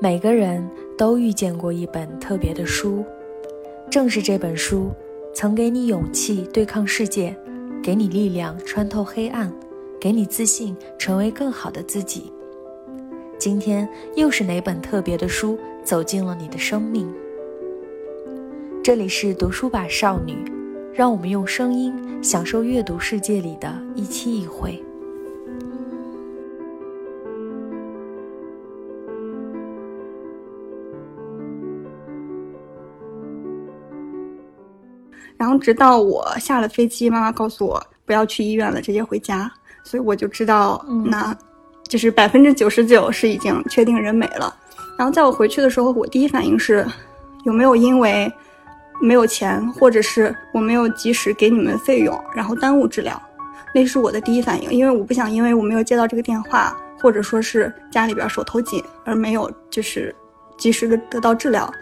每个人都遇见过一本特别的书，正是这本书曾给你勇气对抗世界，给你力量穿透黑暗，给你自信成为更好的自己。今天又是哪本特别的书走进了你的生命？这里是读书吧少女，让我们用声音享受阅读世界里的一期一会。 然后直到我下了飞机，妈妈告诉我不要去医院了，直接回家，所以我就知道那就是99%是已经确定人没了。然后在我回去的时候，我第一反应是有没有因为没有钱，或者是我没有及时给你们费用然后耽误治疗，那是我的第一反应。因为我不想因为我没有接到这个电话，或者说是家里边手头紧而没有就是及时的得到治疗。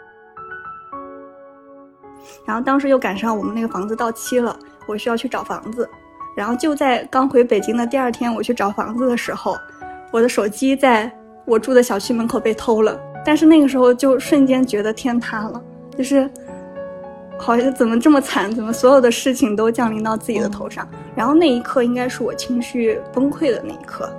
然后当时又赶上我们那个房子到期了，我需要去找房子。然后就在刚回北京的第二天，我去找房子的时候，我的手机在我住的小区门口被偷了。但是那个时候就瞬间觉得天塌了，就是好像怎么这么惨，怎么所有的事情都降临到自己的头上。然后那一刻应该是我情绪崩溃的那一刻。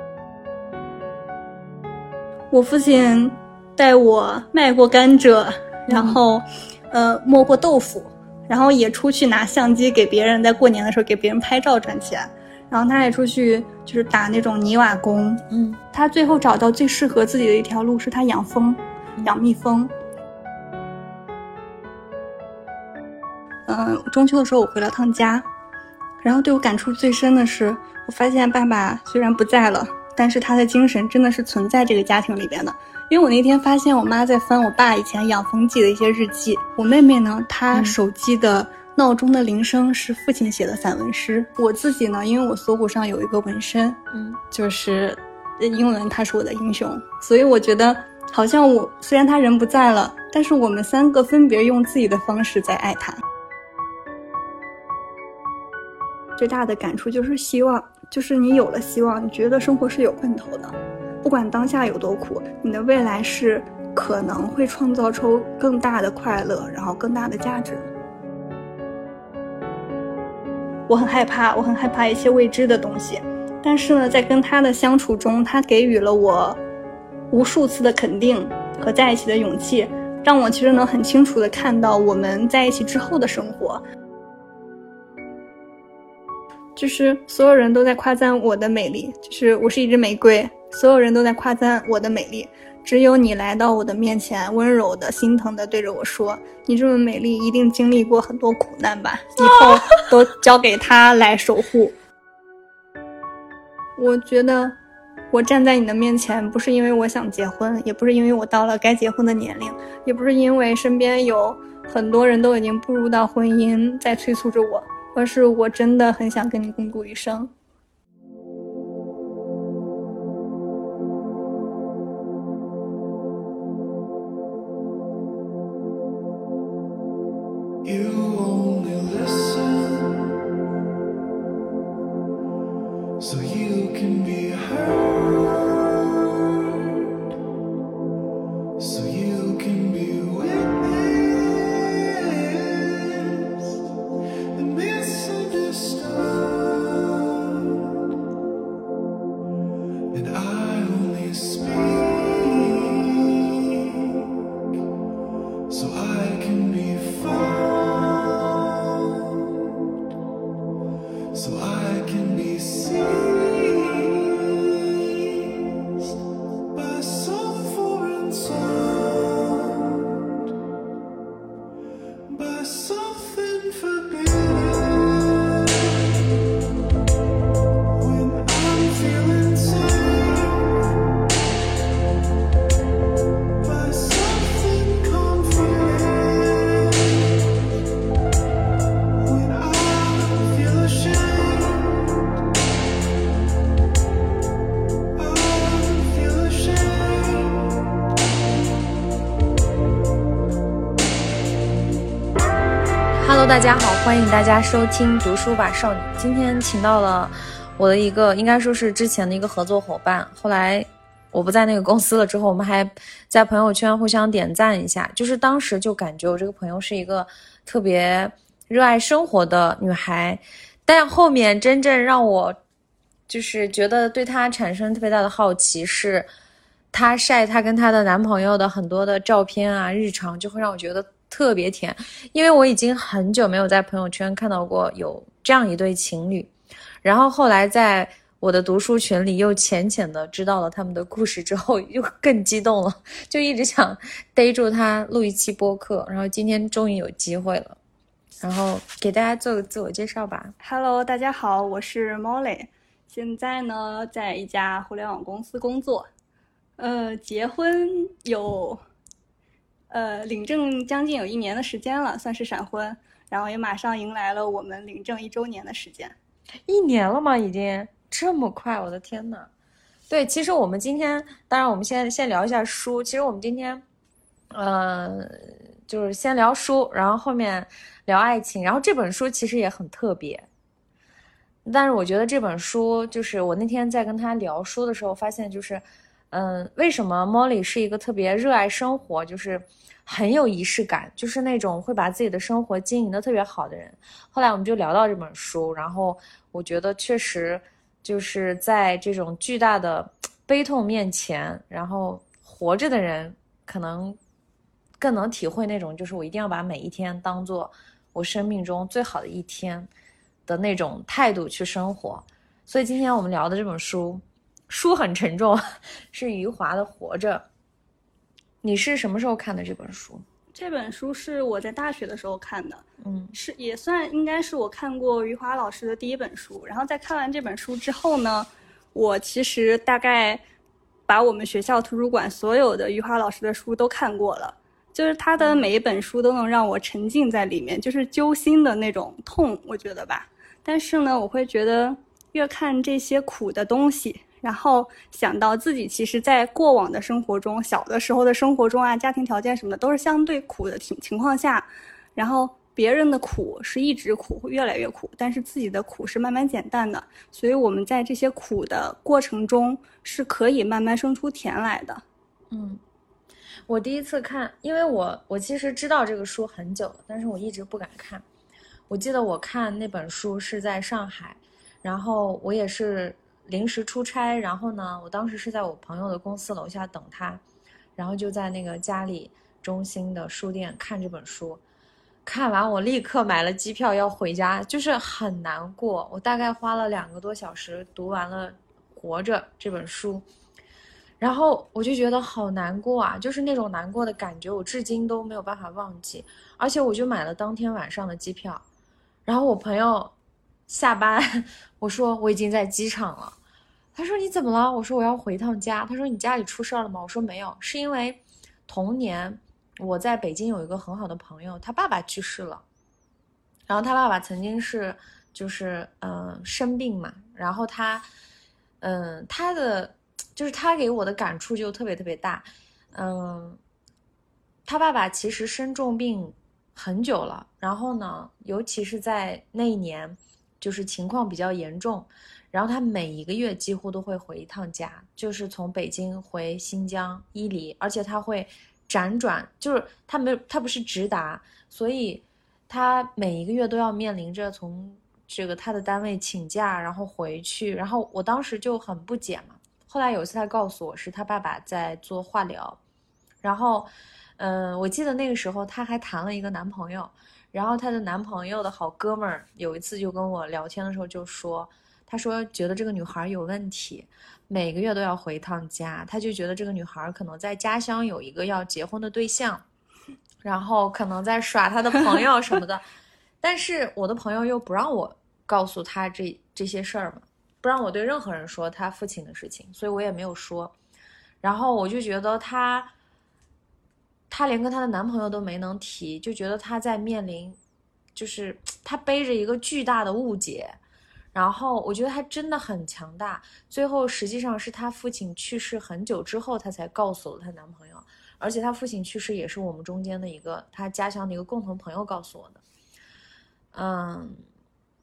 我父亲带我卖过甘蔗，然后磨过豆腐，然后也出去拿相机给别人，在过年的时候给别人拍照赚钱。然后他也出去就是打那种泥瓦工。他最后找到最适合自己的一条路是他养蜂，养蜜蜂。中秋的时候我回了趟家，然后对我感触最深的是，我发现爸爸虽然不在了，但是他的精神真的是存在这个家庭里边的。因为我那天发现我妈在翻我爸以前养蜂记的一些日记，我妹妹呢，她手机的闹钟的铃声是父亲写的散文诗。我自己呢，因为我锁骨上有一个纹身，就是英文他是我的英雄，所以我觉得好像我虽然他人不在了，但是我们三个分别用自己的方式在爱他。最大的感触就是希望，就是你有了希望，你觉得生活是有奔头的，不管当下有多苦，你的未来是可能会创造出更大的快乐，然后更大的价值。我很害怕一些未知的东西，但是呢，在跟他的相处中，他给予了我无数次的肯定和在一起的勇气，让我其实能很清楚地看到我们在一起之后的生活。就是所有人都在夸赞我的美丽，就是我是一支玫瑰，所有人都在夸赞我的美丽，只有你来到我的面前，温柔的心疼的对着我说，你这么美丽一定经历过很多苦难吧，以后都交给他来守护。我觉得我站在你的面前，不是因为我想结婚，也不是因为我到了该结婚的年龄，也不是因为身边有很多人都已经步入到婚姻在催促着我，而是我真的很想跟你共度余生。 Hello， 大家好，欢迎大家收听读书吧少女。今天请到了我的一个应该说是之前的一个合作伙伴，后来我不在那个公司了之后，我们还在朋友圈互相点赞一下，就是当时就感觉我这个朋友是一个特别热爱生活的女孩。但后面真正让我就是觉得对她产生特别大的好奇是她晒她跟她的男朋友的很多的照片啊，日常，就会让我觉得特别甜。因为我已经很久没有在朋友圈看到过有这样一对情侣，然后后来在我的读书群里又浅浅的知道了他们的故事之后，又更激动了，就一直想逮住他录一期播客，然后今天终于有机会了。然后给大家做个自我介绍吧。 Hello， 大家好，我是 Molly， 现在呢在一家互联网公司工作，结婚有领证将近有1年的时间了，算是闪婚，然后也马上迎来了我们领证1周年的时间。 1年了吗？已经这么快？我的天哪！对，其实我们今天，当然我们先聊一下书。其实我们今天就是先聊书，然后后面聊爱情，然后这本书其实也很特别。但是我觉得这本书，就是我那天在跟他聊书的时候发现，就是为什么 Molly 是一个特别热爱生活，就是很有仪式感，就是那种会把自己的生活经营的特别好的人。后来我们就聊到这本书，然后我觉得确实就是在这种巨大的悲痛面前，然后活着的人可能更能体会那种，就是我一定要把每一天当做我生命中最好的一天的那种态度去生活。所以今天我们聊的这本书很沉重，是余华的《活着》。你是什么时候看的这本书？ 这本书是我在大学的时候看的，是也算应该是我看过余华老师的第一本书。然后在看完这本书之后呢，我其实大概把我们学校图书馆所有的余华老师的书都看过了，就是他的每一本书都能让我沉浸在里面，就是揪心的那种痛，我觉得吧。但是呢，我会觉得越看这些苦的东西，然后想到自己其实在过往的生活中，小的时候的生活中啊，家庭条件什么的都是相对苦的情况下，然后别人的苦是一直苦，越来越苦，但是自己的苦是慢慢减淡的，所以我们在这些苦的过程中是可以慢慢生出甜来的。 我第一次看，因为我其实知道这个书很久了，但是我一直不敢看。我记得我看那本书是在上海，然后我也是临时出差，然后呢，我当时是在我朋友的公司楼下等他，然后就在那个嘉里中心的书店看这本书。看完我立刻买了机票要回家，就是很难过。我大概花了2个多小时读完了《活着》这本书，然后我就觉得好难过啊，就是那种难过的感觉我至今都没有办法忘记。而且我就买了当天晚上的机票，然后我朋友下班，我说我已经在机场了，他说你怎么了？我说我要回趟家。他说你家里出事了吗？我说没有，是因为同年我在北京有一个很好的朋友，他爸爸去世了，然后他爸爸曾经是就是生病嘛，然后他就是他给我的感触就特别特别大。他爸爸其实生重病很久了，然后呢，尤其是在那一年，就是情况比较严重，然后他每一个月几乎都会回一趟家，就是从北京回新疆伊犁，而且他会辗转，就是他不是直达，所以他每一个月都要面临着从这个他的单位请假，然后回去，然后我当时就很不解嘛。后来有一次他告诉我是他爸爸在做化疗，然后我记得那个时候她还谈了一个男朋友，然后她的男朋友的好哥们儿有一次就跟我聊天的时候就说，他说觉得这个女孩有问题，每个月都要回一趟家，他就觉得这个女孩可能在家乡有一个要结婚的对象，然后可能在耍他的朋友什么的。但是我的朋友又不让我告诉他这些事儿嘛，不让我对任何人说他父亲的事情，所以我也没有说。然后我就觉得她连跟她的男朋友都没能提，就觉得她在面临，就是她背着一个巨大的误解。然后我觉得她真的很强大，最后实际上是她父亲去世很久之后，她才告诉了她男朋友，而且她父亲去世也是我们中间的一个她家乡的一个共同朋友告诉我的。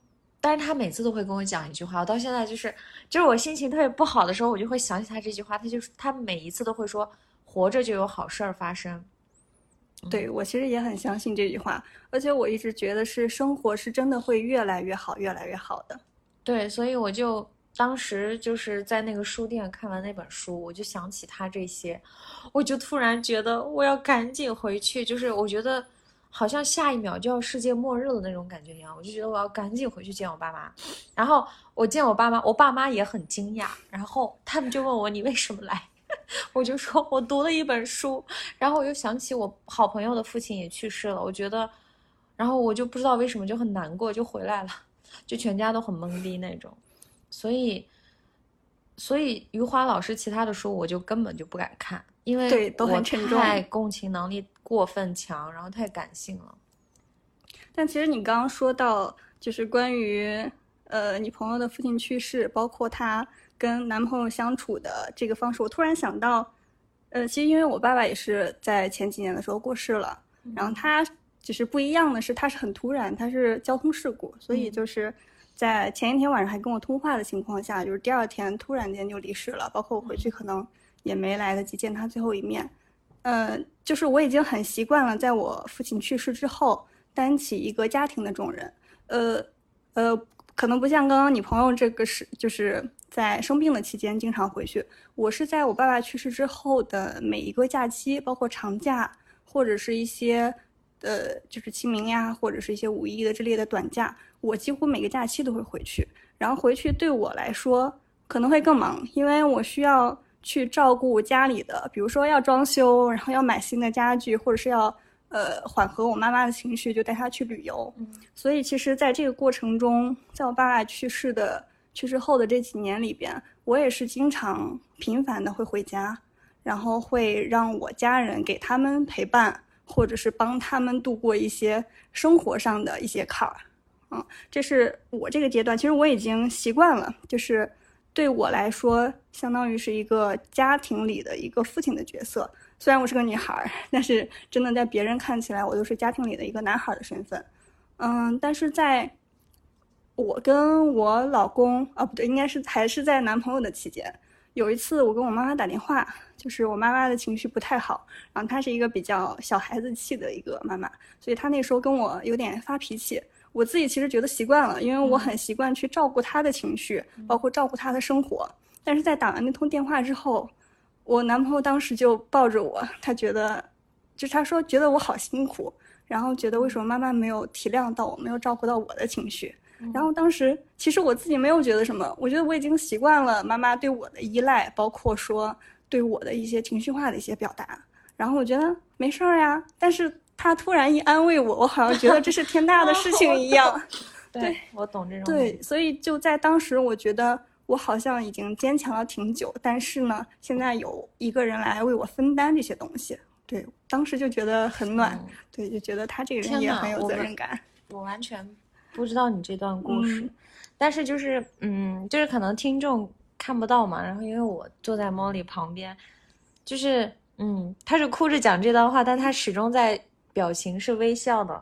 但是他每次都会跟我讲一句话，我到现在就是我心情特别不好的时候，我就会想起他这句话。他每一次都会说，活着就有好事儿发生。 对，我其实也很相信这句话，而且我一直觉得是生活是真的会越来越好，越来越好的。 对，所以我就当时就是在那个书店看完那本书，我就想起他这些，我就突然觉得我要赶紧回去，就是我觉得好像下一秒就要世界末日的那种感觉一样，我就觉得我要赶紧回去见我爸妈。然后我见我爸妈，我爸妈也很惊讶，然后他们就问我你为什么来？我就说我读了一本书，然后我又想起我好朋友的父亲也去世了，我觉得，然后我就不知道为什么就很难过，就回来了，就全家都很懵逼那种。所以余华老师其他的书我就根本就不敢看，因为对都很沉重， 太共情能力过分强，然后太感性了。 但其实你刚刚说到就是关于你朋友的父亲去世，包括他跟男朋友相处的这个方式，我突然想到其实因为我爸爸也是在前几年的时候过世了，然后他就是不一样的是他是很突然，他是交通事故，所以就是在前一天晚上还跟我通话的情况下，就是第二天突然间就离世了，包括我回去可能也没来得及见他最后一面。就是我已经很习惯了在我父亲去世之后担起一个家庭的重任，可能不像刚刚你朋友这个是就是在生病的期间经常回去，我是在我爸爸去世之后的每一个假期，包括长假或者是一些就是清明呀，或者是一些五一的之类的短假，我几乎每个假期都会回去。然后回去对我来说可能会更忙，因为我需要去照顾家里的，比如说要装修，然后要买新的家具，或者是要缓和我妈妈的情绪，就带她去旅游。所以其实在这个过程中，在我爸爸去世后的这几年里边，我也是经常频繁的会回家，然后会让我家人给他们陪伴，或者是帮他们度过一些生活上的一些坎儿。这是我这个阶段，其实我已经习惯了，就是对我来说相当于是一个家庭里的一个父亲的角色。虽然我是个女孩，但是真的在别人看起来我都是家庭里的一个男孩的身份。但是在我跟我老公不对，应该是还是在男朋友的期间，有一次我跟我妈妈打电话，就是我妈妈的情绪不太好，然后她是一个比较小孩子气的一个妈妈，所以她那时候跟我有点发脾气。我自己其实觉得习惯了，因为我很习惯去照顾她的情绪，包括照顾她的生活。但是在打完那通电话之后，我男朋友当时就抱着我，他觉得就是他说觉得我好辛苦，然后觉得为什么妈妈没有体谅到我，没有照顾到我的情绪。然后当时其实我自己没有觉得什么，我觉得我已经习惯了妈妈对我的依赖，包括说对我的一些情绪化的一些表达，然后我觉得没事儿呀。但是他突然一安慰我，我好像觉得这是天大的事情一样。 对，我懂这种。 对，所以就在当时我觉得我好像已经坚强了挺久，但是呢现在有一个人来为我分担这些东西，对，当时就觉得很暖。对，就觉得他这个人也很有责任感。 我完全不知道你这段故事，但是就是就是可能听众看不到嘛，然后因为我坐在Molly旁边，就是他是哭着讲这段话，但他始终在表情是微笑的。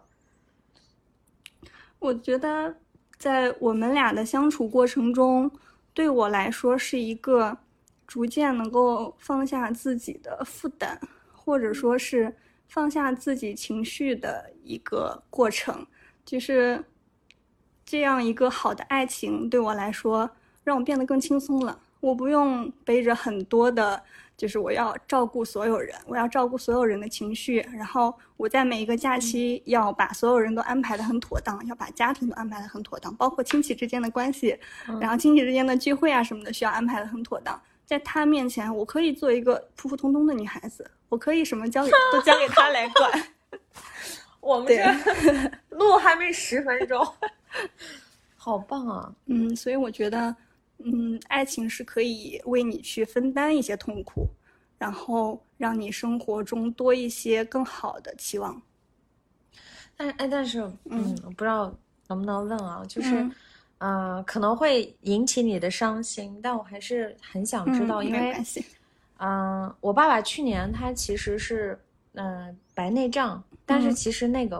我觉得在我们俩的相处过程中，对我来说是一个逐渐能够放下自己的负担，或者说是放下自己情绪的一个过程。就是这样一个好的爱情对我来说让我变得更轻松了，我不用背着很多的就是我要照顾所有人，我要照顾所有人的情绪，然后我在每一个假期要把所有人都安排得很妥当，要把家庭都安排得很妥当，包括亲戚之间的关系，然后亲戚之间的聚会啊什么的需要安排得很妥当。在他面前我可以做一个普普通通的女孩子，我可以什么都交给他来管。 我们这录还没10分钟。好棒啊。 所以我觉得爱情是可以为你去分担一些痛苦，然后让你生活中多一些更好的期望。 但是我不知道能不能问啊，就是可能会引起你的伤心，但我还是很想知道，因为我爸爸去年他其实是白内障，但是其实那个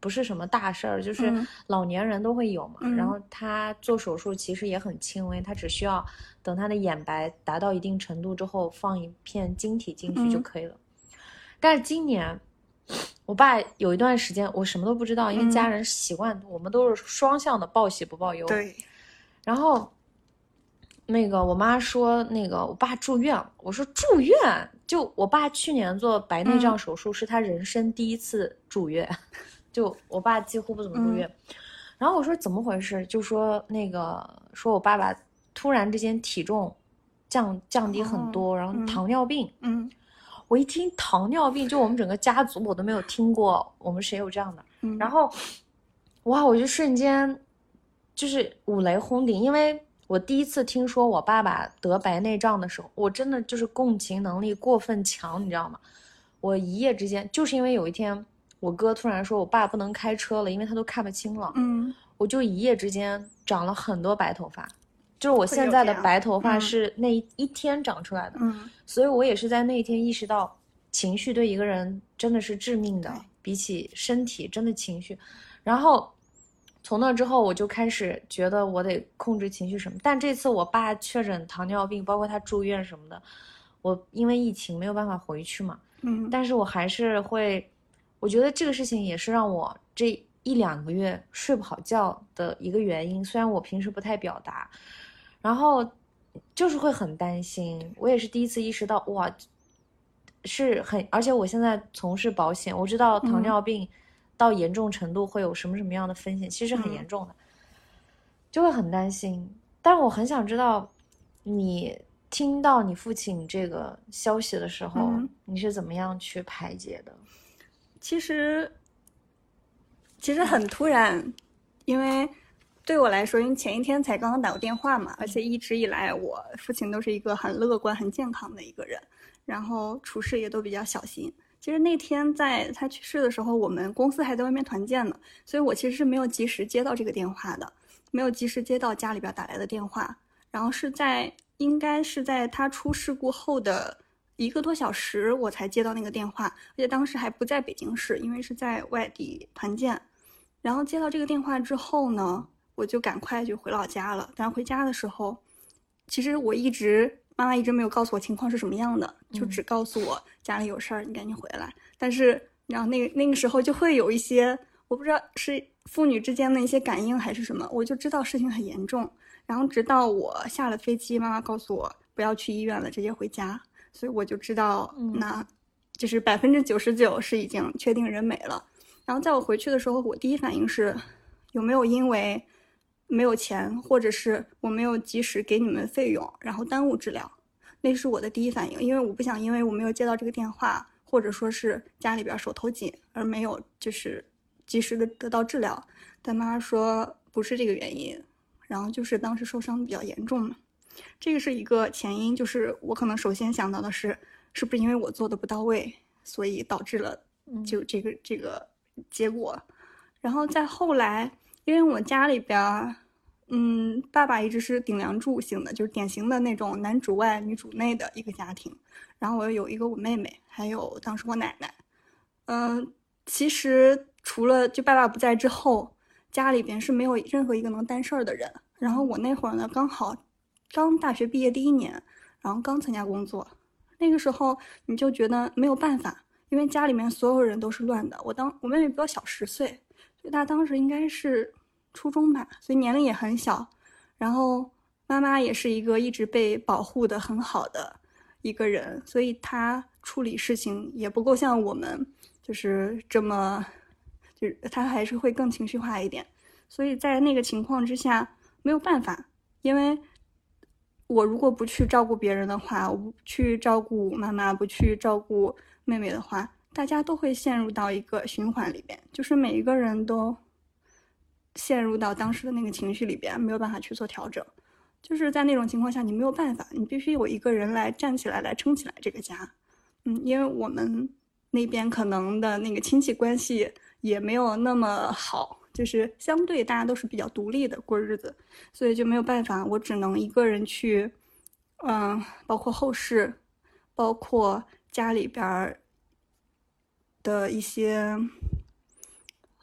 不是什么大事儿，就是老年人都会有嘛。然后他做手术其实也很轻微，他只需要等他的眼白达到一定程度之后，放一片晶体进去就可以了。但是今年我爸有一段时间我什么都不知道，因为家人习惯我们都是双向的，报喜不报忧。 对。 然后那个我妈说那个我爸住院，我说住院？就我爸去年做白内障手术是他人生第一次住院，就我爸几乎不怎么住院。然后我说怎么回事？就说那个说我爸爸突然之间体重降低很多，然后糖尿病。我一听糖尿病，就我们整个家族我都没有听过我们谁有这样的。然后哇，我就瞬间就是五雷轰顶，因为我第一次听说我爸爸得白内障的时候，我真的就是共情能力过分强，你知道吗？我一夜之间，就是因为有一天我哥突然说我爸不能开车了，因为他都看不清了。我就一夜之间长了很多白头发，就是我现在的白头发是那一天长出来的。所以我也是在那一天意识到，情绪对一个人真的是致命的，比起身体真的情绪。然后从那之后我就开始觉得我得控制情绪什么。但这次我爸确诊糖尿病，包括他住院什么的，我因为疫情没有办法回去嘛。但是我还是会，我觉得这个事情也是让我这1-2个月睡不好觉的一个原因。虽然我平时不太表达，然后就是会很担心。我也是第一次意识到，哇，是很，而且我现在从事保险，我知道糖尿病到严重程度会有什么什么样的风险，其实很严重的，就会很担心。但我很想知道，你听到你父亲这个消息的时候，你是怎么样去排解的？ 其实很突然，因为对我来说，因为前一天才刚刚打过电话嘛，而且一直以来我父亲都是一个很乐观很健康的一个人，然后处事也都比较小心。其实那天在他去世的时候，我们公司还在外面团建呢，所以我其实是没有及时接到这个电话的，没有及时接到家里边打来的电话。然后应该是在他出事故后的1个多小时我才接到那个电话，而且当时还不在北京市，因为是在外地团建。然后接到这个电话之后呢，我就赶快就回老家了。但回家的时候，其实妈妈一直没有告诉我情况是什么样的，就只告诉我家里有事儿，你赶紧回来。但是然后那个时候就会有一些，我不知道是父女之间的一些感应还是什么，我就知道事情很严重。然后直到我下了飞机，妈妈告诉我不要去医院了，直接回家，所以我就知道那就是99%是已经确定人没了。然后在我回去的时候，我第一反应是有没有因为没有钱，或者是我没有及时给你们费用，然后耽误治疗。那是我的第一反应，因为我不想因为我没有接到这个电话，或者说是家里边手头紧而没有就是及时的得到治疗。但妈妈说不是这个原因，然后就是当时受伤比较严重嘛，这个是一个前因。就是我可能首先想到的是不是因为我做的不到位，所以导致了就这个结果。然后再后来，因为我家里边爸爸一直是顶梁柱型的，就是典型的那种男主外女主内的一个家庭。然后我有一个我妹妹，还有当时我奶奶。其实除了就爸爸不在之后，家里边是没有任何一个能担事儿的人。然后我那会儿呢，刚大学毕业第1年，然后刚参加工作。那个时候你就觉得没有办法，因为家里面所有人都是乱的。我妹妹比我小10岁，所以她当时应该是初中吧，所以年龄也很小。然后妈妈也是一个一直被保护的很好的一个人，所以她处理事情也不够像我们就是这么，就是她还是会更情绪化一点。所以在那个情况之下没有办法，因为我如果不去照顾别人的话，我不去照顾妈妈，不去照顾妹妹的话，大家都会陷入到一个循环里边，就是每一个人都陷入到当时的那个情绪里边，没有办法去做调整。就是在那种情况下，你没有办法，你必须有一个人来站起来，来撑起来这个家。因为我们那边可能的那个亲戚关系也没有那么好，就是相对大家都是比较独立的过日子，所以就没有办法，我只能一个人去包括后事，包括家里边的一些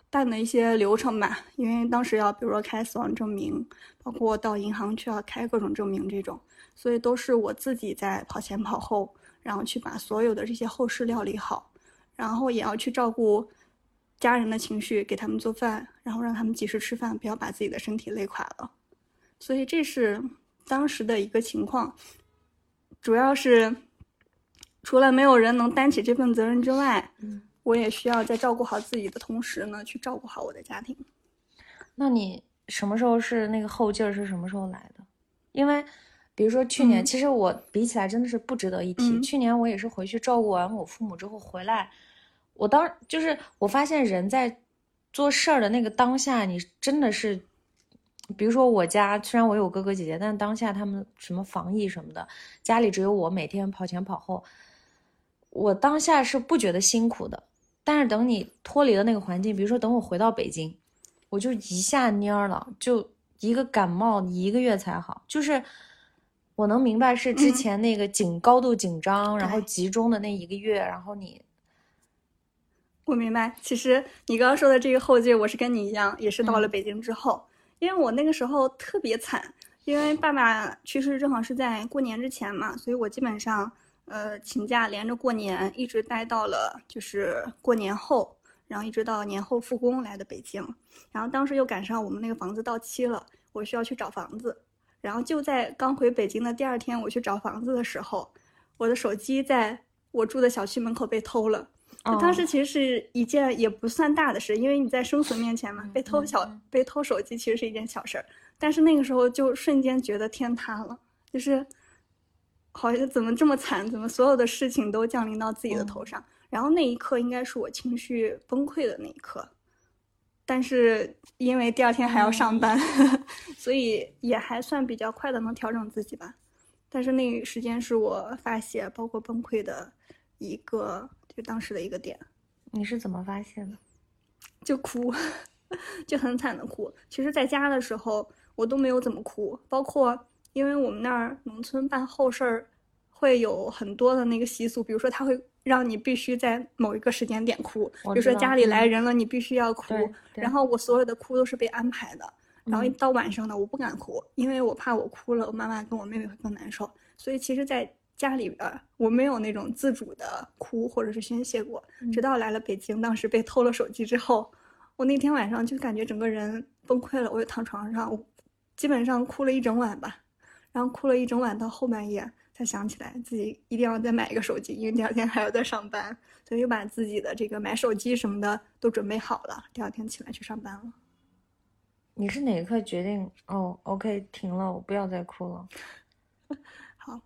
办的一些流程吧，因为当时要比如说开死亡证明，包括到银行去要开各种证明这种，所以都是我自己在跑前跑后，然后去把所有的这些后事料理好，然后也要去照顾家人的情绪，给他们做饭，然后让他们及时吃饭，不要把自己的身体累垮了。所以这是当时的一个情况，主要是除了没有人能担起这份责任之外，我也需要在照顾好自己的同时呢，去照顾好我的家庭。 那你什么时候是那个后劲儿是什么时候来的？因为比如说去年，其实我比起来真的是不值得一提。去年我也是回去照顾完我父母之后回来，我发现人在做事儿的那个当下，你真的是，比如说我家虽然我有哥哥姐姐，但当下他们什么防疫什么的，家里只有我每天跑前跑后，我当下是不觉得辛苦的。但是等你脱离了那个环境，比如说等我回到北京，我就一下蔫了，就一个感冒1个月才好。就是我能明白是之前那个高度紧张，然后集中的那1个月，然后我明白。其实你刚刚说的这个后劲，我是跟你一样，也是到了北京之后，因为我那个时候特别惨，因为爸爸去世正好是在过年之前嘛，所以我基本上请假连着过年，一直待到了就是过年后，然后一直到年后复工来的北京。然后当时又赶上我们那个房子到期了，我需要去找房子。然后就在刚回北京的第2天，我去找房子的时候，我的手机在我住的小区门口被偷了。当时其实是一件也不算大的事，因为你在生死面前嘛，被偷手机其实是一件小事儿。但是那个时候就瞬间觉得天塌了，就是好像怎么这么惨，怎么所有的事情都降临到自己的头上。然后那一刻应该是我情绪崩溃的那一刻，但是因为第2天还要上班，所以也还算比较快的能调整自己吧。但是那个时间是我发泄包括崩溃的一个，就当时的一个点。 你是怎么发泄的？ 就哭，就很惨的哭。其实在家的时候我都没有怎么哭，包括因为我们那儿农村办后事儿会有很多的那个习俗，比如说他会让你必须在某一个时间点哭，比如说家里来人了，你必须要哭。然后我所有的哭都是被安排的，然后一到晚上呢，我不敢哭，因为我怕我哭了我妈妈跟我妹妹会更难受。所以其实在家里边我没有那种自主的哭或者是宣泄过，直到来了北京，当时被偷了手机之后，我那天晚上就感觉整个人崩溃了，我就躺床上，我基本上哭了1整晚吧。然后哭了1整晚，到后半夜才想起来自己一定要再买一个手机，因为第2天还要再上班，所以又把自己的这个买手机什么的都准备好了，第2天起来去上班了。 你是哪一刻决定OK 停了，我不要再哭了？ 好，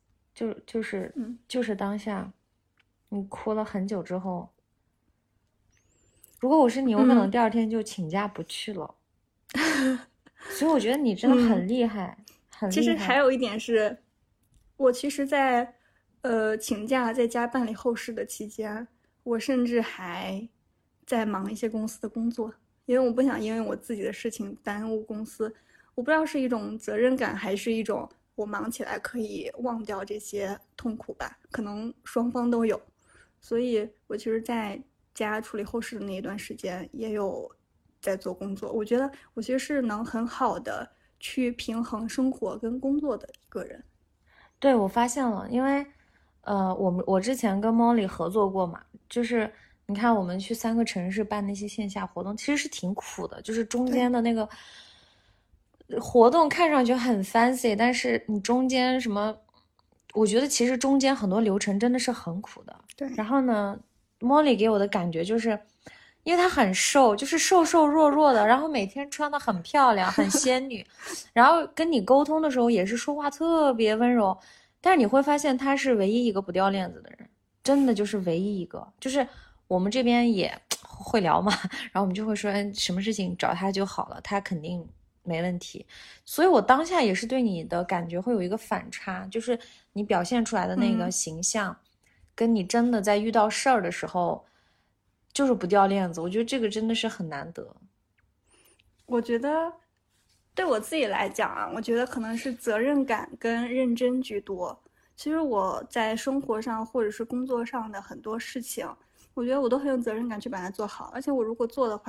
就是当下你哭了很久之后，如果我是你，我可能第2天就请假不去了。所以我觉得你真的很厉害，很厉害。 其实还有一点是，我其实在请假在家办理后事的期间，我甚至还在忙一些公司的工作，因为我不想因为我自己的事情耽误公司。我不知道是一种责任感，还是一种我忙起来可以忘掉这些痛苦吧，可能双方都有。所以我其实在家处理后事的那一段时间也有在做工作。我觉得我其实是能很好的去平衡生活跟工作的一个人。 对，我发现了，因为我之前跟 Molly 合作过嘛，就是你看我们去3个城市办那些线下活动，其实是挺苦的，就是中间的那个活动看上去很 fancy， 但是你中间什么，我觉得其实中间很多流程真的是很苦的。 对。 然后呢 Molly 给我的感觉就是，因为她很瘦，就是瘦瘦弱弱的，然后每天穿的很漂亮，很仙女，然后跟你沟通的时候也是说话特别温柔，但是你会发现她是唯一一个不掉链子的人，真的就是唯一一个。就是我们这边也会聊嘛，然后我们就会说什么事情找她就好了，她肯定没问题。所以我当下也是对你的感觉会有一个反差，就是你表现出来的那个形象，跟你真的在遇到事儿的时候就是不掉链子，我觉得这个真的是很难得。 我觉得对我自己来讲啊，我觉得可能是责任感跟认真居多。其实我在生活上或者是工作上的很多事情，我觉得我都很有责任感去把它做好，而且我如果做的话，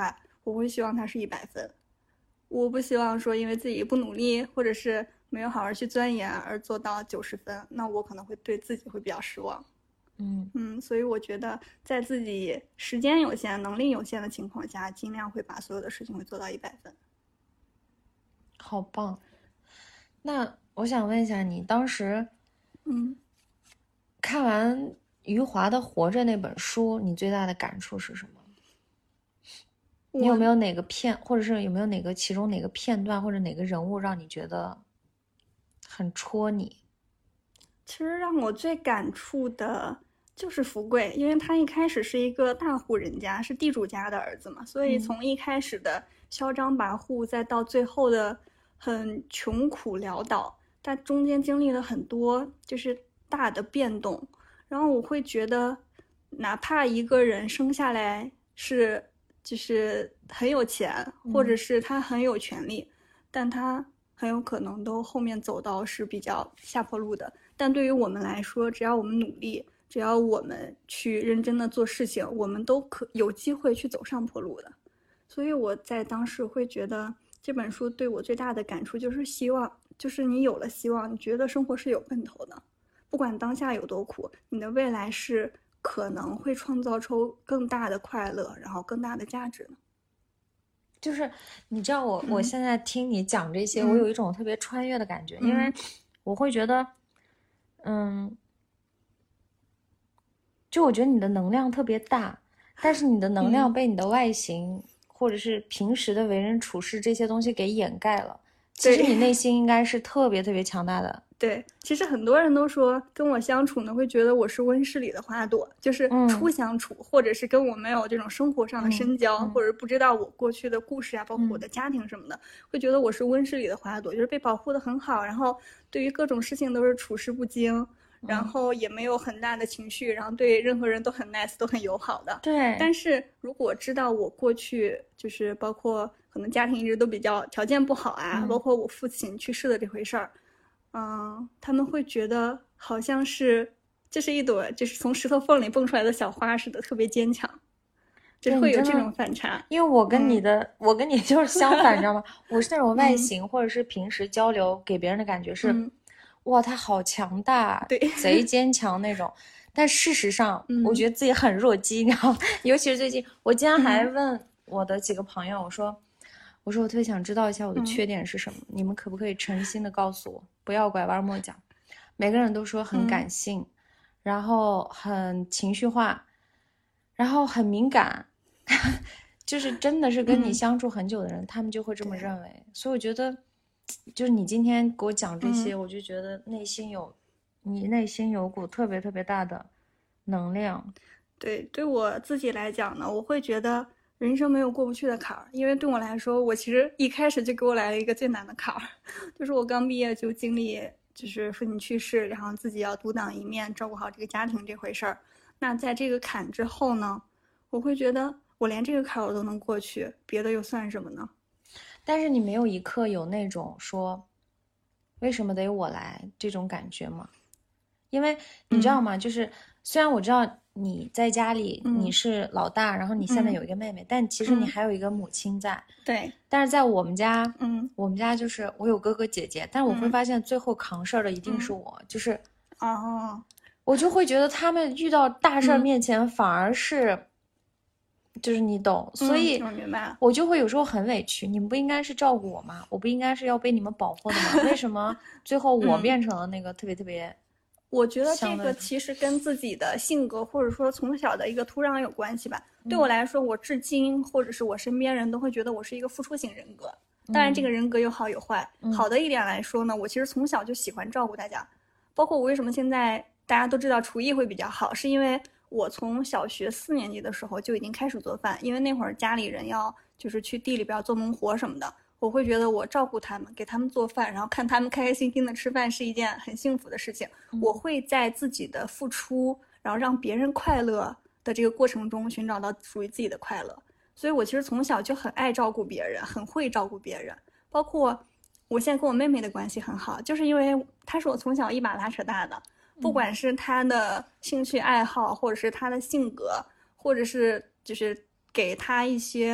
我会希望它是100分。我不希望说因为自己不努力或者是没有好好去钻研而做到90分，那我可能会对自己会比较失望。所以我觉得在自己时间有限能力有限的情况下，尽量会把所有的事情会做到100分。 好棒。那我想问一下，你当时看完余华的《活着》那本书，你最大的感触是什么？你有没有哪个或者是有没有其中哪个片段或者哪个人物让你觉得很戳你？ 其实让我最感触的就是福贵，因为他一开始是一个大户人家，是地主家的儿子嘛，所以从一开始的嚣张跋扈，再到最后的很穷苦潦倒，他中间经历了很多就是大的变动。然后我会觉得，哪怕一个人生下来是就是很有钱，或者是他很有权利，但他很有可能都后面走到是比较下坡路的。但对于我们来说，只要我们努力，只要我们去认真的做事情，我们都有机会去走上坡路的。所以我在当时会觉得这本书对我最大的感触就是希望，就是你有了希望，你觉得生活是有奔头的，不管当下有多苦，你的未来是可能会创造出更大的快乐，然后更大的价值的。 就是你知道我现在听你讲这些，我有一种特别穿越的感觉，因为我会觉得就我觉得你的能量特别大，但是你的能量被你的外形或者是平时的为人处事这些东西给掩盖了。其实你内心应该是特别特别强大的。 对，其实很多人都说跟我相处呢，会觉得我是温室里的花朵，就是初相处，或者是跟我没有这种生活上的深交，或者不知道我过去的故事啊，包括我的家庭什么的，会觉得我是温室里的花朵，就是被保护得很好，然后对于各种事情都是处事不惊，然后也没有很大的情绪，然后对任何人都很 nice， 都很友好的。 对。 但是如果知道我过去就是包括可能家庭一直都比较条件不好啊，包括我父亲去世的这回事儿，他们会觉得好像是这是一朵就是从石头缝里蹦出来的小花似的，特别坚强，就会有这种反差。 因为我跟你就是相反，你知道吗？我是那种外形或者是平时交流给别人的感觉是，哇，他好强大， 对， 贼坚强那种。但事实上，我觉得自己很弱鸡，你知道吗？尤其是最近，我今天还问我的几个朋友，我说我特别想知道一下我的缺点是什么，你们可不可以诚心的告诉我，不要拐弯抹角。每个人都说很感性，然后很情绪化，然后很敏感，就是真的是跟你相处很久的人，他们就会这么认为。所以我觉得就是你今天给我讲这些，我就觉得你内心有股特别特别大的能量。 对我自己来讲呢，我会觉得人生没有过不去的坎儿，因为对我来说，我其实一开始就给我来了一个最难的坎儿，就是我刚毕业就经历就是父亲去世，然后自己要独当一面照顾好这个家庭这回事儿。那在这个坎之后呢，我会觉得我连这个坎我都能过去，别的又算什么呢？ 但是你没有一刻有那种说为什么得我来这种感觉吗？因为你知道吗，就是虽然我知道你在家里你是老大，然后你下面有一个妹妹，但其实你还有一个母亲在。 对。 但是在我们家，我们家就是我有哥哥姐姐，但我会发现最后扛事儿的一定是我，就是我就会觉得他们遇到大事儿面前反而是就是你懂，所以我就会有时候很委屈，你们不应该是照顾我吗？我不应该是要被你们保护的吗？为什么最后我变成了那个特别特别我觉得这个其实跟自己的性格或者说从小的一个土壤有关系吧。对我来说，我至今或者是我身边人都会觉得我是一个付出型人格，当然这个人格有好有坏。好的一点来说呢，我其实从小就喜欢照顾大家，包括我为什么现在大家都知道厨艺会比较好，是因为我从小学4年级的时候就已经开始做饭，因为那会儿家里人要就是去地里边做农活什么的，我会觉得我照顾他们，给他们做饭，然后看他们开开心心的吃饭是一件很幸福的事情。我会在自己的付出，然后让别人快乐的这个过程中寻找到属于自己的快乐。所以我其实从小就很爱照顾别人，很会照顾别人。包括我现在跟我妹妹的关系很好，就是因为她是我从小一把拉扯大的，不管是她的兴趣爱好，或者是她的性格，或者是就是给她一些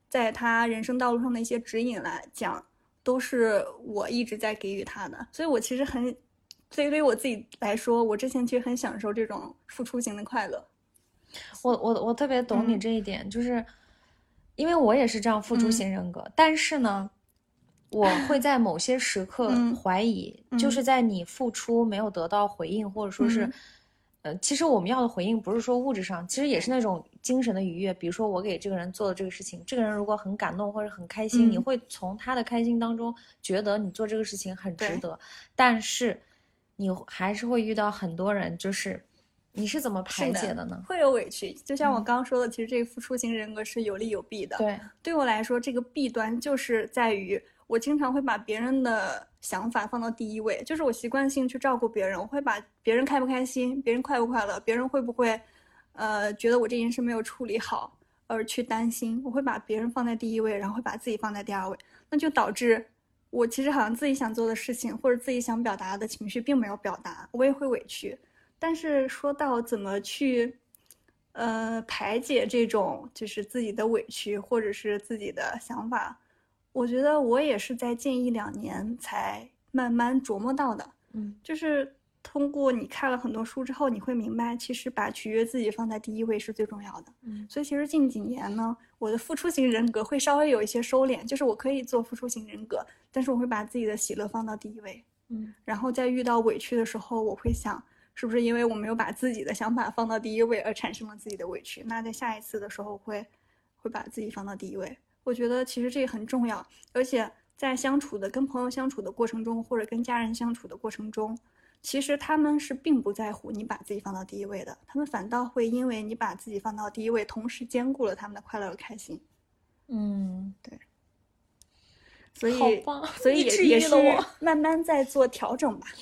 在他人生道路上的一些指引来讲，都是我一直在给予他的。所以我其实所以对于我自己来说，我之前其实很享受这种付出型的快乐。 我特别懂你这一点，就是因为我也是这样付出型人格，但是呢，我会在某些时刻怀疑，就是在你付出没有得到回应，或者说是，其实我们要的回应不是说物质上，其实也是那种精神的愉悦。比如说我给这个人做的这个事情，这个人如果很感动或者很开心，你会从他的开心当中觉得你做这个事情很值得，但是你还是会遇到很多人，就是你是怎么排解的呢？ 会有委屈，就像我刚刚说的，其实这个付出型人格是有利有弊的。对我来说，这个弊端就是在于我经常会把别人的想法放到第一位，就是我习惯性去照顾别人，我会把别人开不开心，别人快不快乐，别人会不会觉得我这件事没有处理好而去担心，我会把别人放在第一位，然后会把自己放在第二位，那就导致我其实好像自己想做的事情或者自己想表达的情绪并没有表达，我也会委屈。但是说到怎么去排解这种就是自己的委屈或者是自己的想法，我觉得我也是在近1-2年才慢慢琢磨到的。就是通过你看了很多书之后，你会明白其实把取悦自己放在第一位是最重要的。所以其实近几年呢，我的付出型人格会稍微有一些收敛，就是我可以做付出型人格，但是我会把自己的喜乐放到第一位。然后在遇到委屈的时候，我会想是不是因为我没有把自己的想法放到第一位而产生了自己的委屈，那在下一次的时候会把自己放到第一位。我觉得其实这个很重要，而且在跟朋友相处的过程中，或者跟家人相处的过程中，其实他们是并不在乎你把自己放到第一位的，他们反倒会因为你把自己放到第一位，同时兼顾了他们的快乐和开心。对，所以也是慢慢在做调整吧。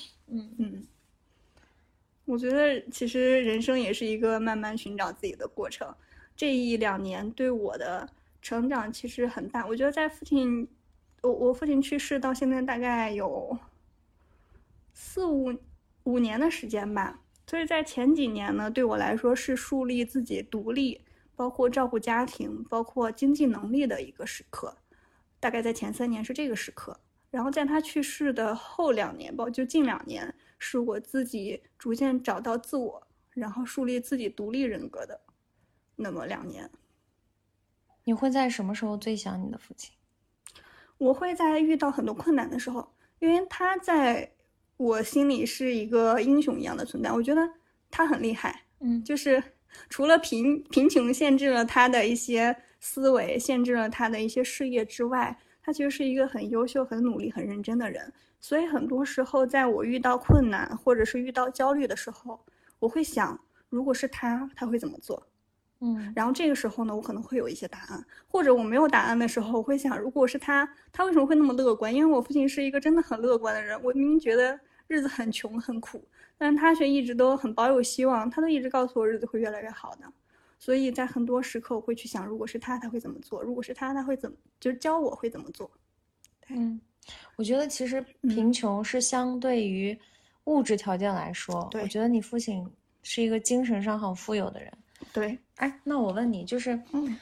我觉得其实人生也是一个慢慢寻找自己的过程。这1-2年对我的成长其实很大。我觉得在我父亲去世到现在大概有4-5年的时间吧。所以在前几年呢，对我来说是树立自己独立，包括照顾家庭，包括经济能力的一个时刻。大概在前3年是这个时刻。然后在他去世的后2年，就近2年，是我自己逐渐找到自我，然后树立自己独立人格的那么2年。 你会在什么时候最想你的父亲？ 我会在遇到很多困难的时候，因为他在我心里是一个英雄一样的存在。我觉得他很厉害，就是除了贫穷限制了他的一些思维，限制了他的一些事业之外，他其实是一个很优秀、很努力、很认真的人。所以很多时候在我遇到困难或者是遇到焦虑的时候，我会想如果是他会怎么做。然后这个时候呢，我可能会有一些答案，或者我没有答案的时候，我会想如果是他为什么会那么乐观？因为我父亲是一个真的很乐观的人，我明明觉得日子很穷很苦，但是他却一直都很保有希望，他都一直告诉我日子会越来越好的。所以在很多时刻我会去想如果是他会怎么做，如果是他会怎么，就是教我会怎么做。 我觉得其实贫穷是相对于物质条件来说，我觉得你父亲是一个精神上很富有的人。 对， 那我问你，就是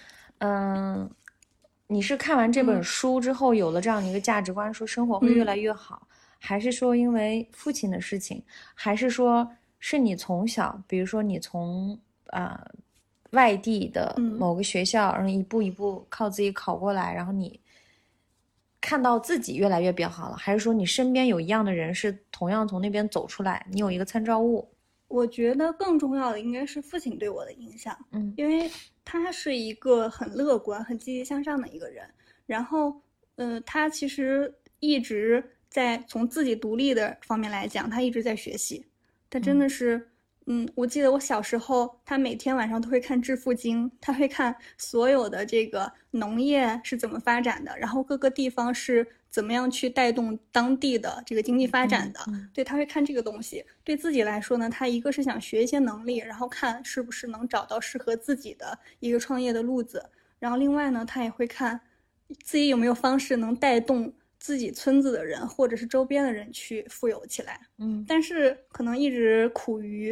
你是看完这本书之后有了这样的一个价值观，说生活会越来越好，还是说因为父亲的事情，还是说是你从小，比如说你从外地的某个学校，然后一步一步靠自己考过来，然后你看到自己越来越变好了，还是说你身边有一样的人是同样从那边走出来，你有一个参照物？ 我觉得更重要的应该是父亲对我的影响，因为他是一个很乐观、很积极向上的一个人。然后，他其实一直在从自己独立的方面来讲，他一直在学习。他真的是，我记得我小时候，他每天晚上都会看《致富经》，他会看所有的这个农业是怎么发展的，然后各个地方是怎么样去带动当地的这个经济发展的。对，他会看这个东西。对自己来说呢，他一个是想学一些能力，然后看是不是能找到适合自己的一个创业的路子。然后另外呢，他也会看自己有没有方式能带动自己村子的人或者是周边的人去富有起来。但是可能一直苦于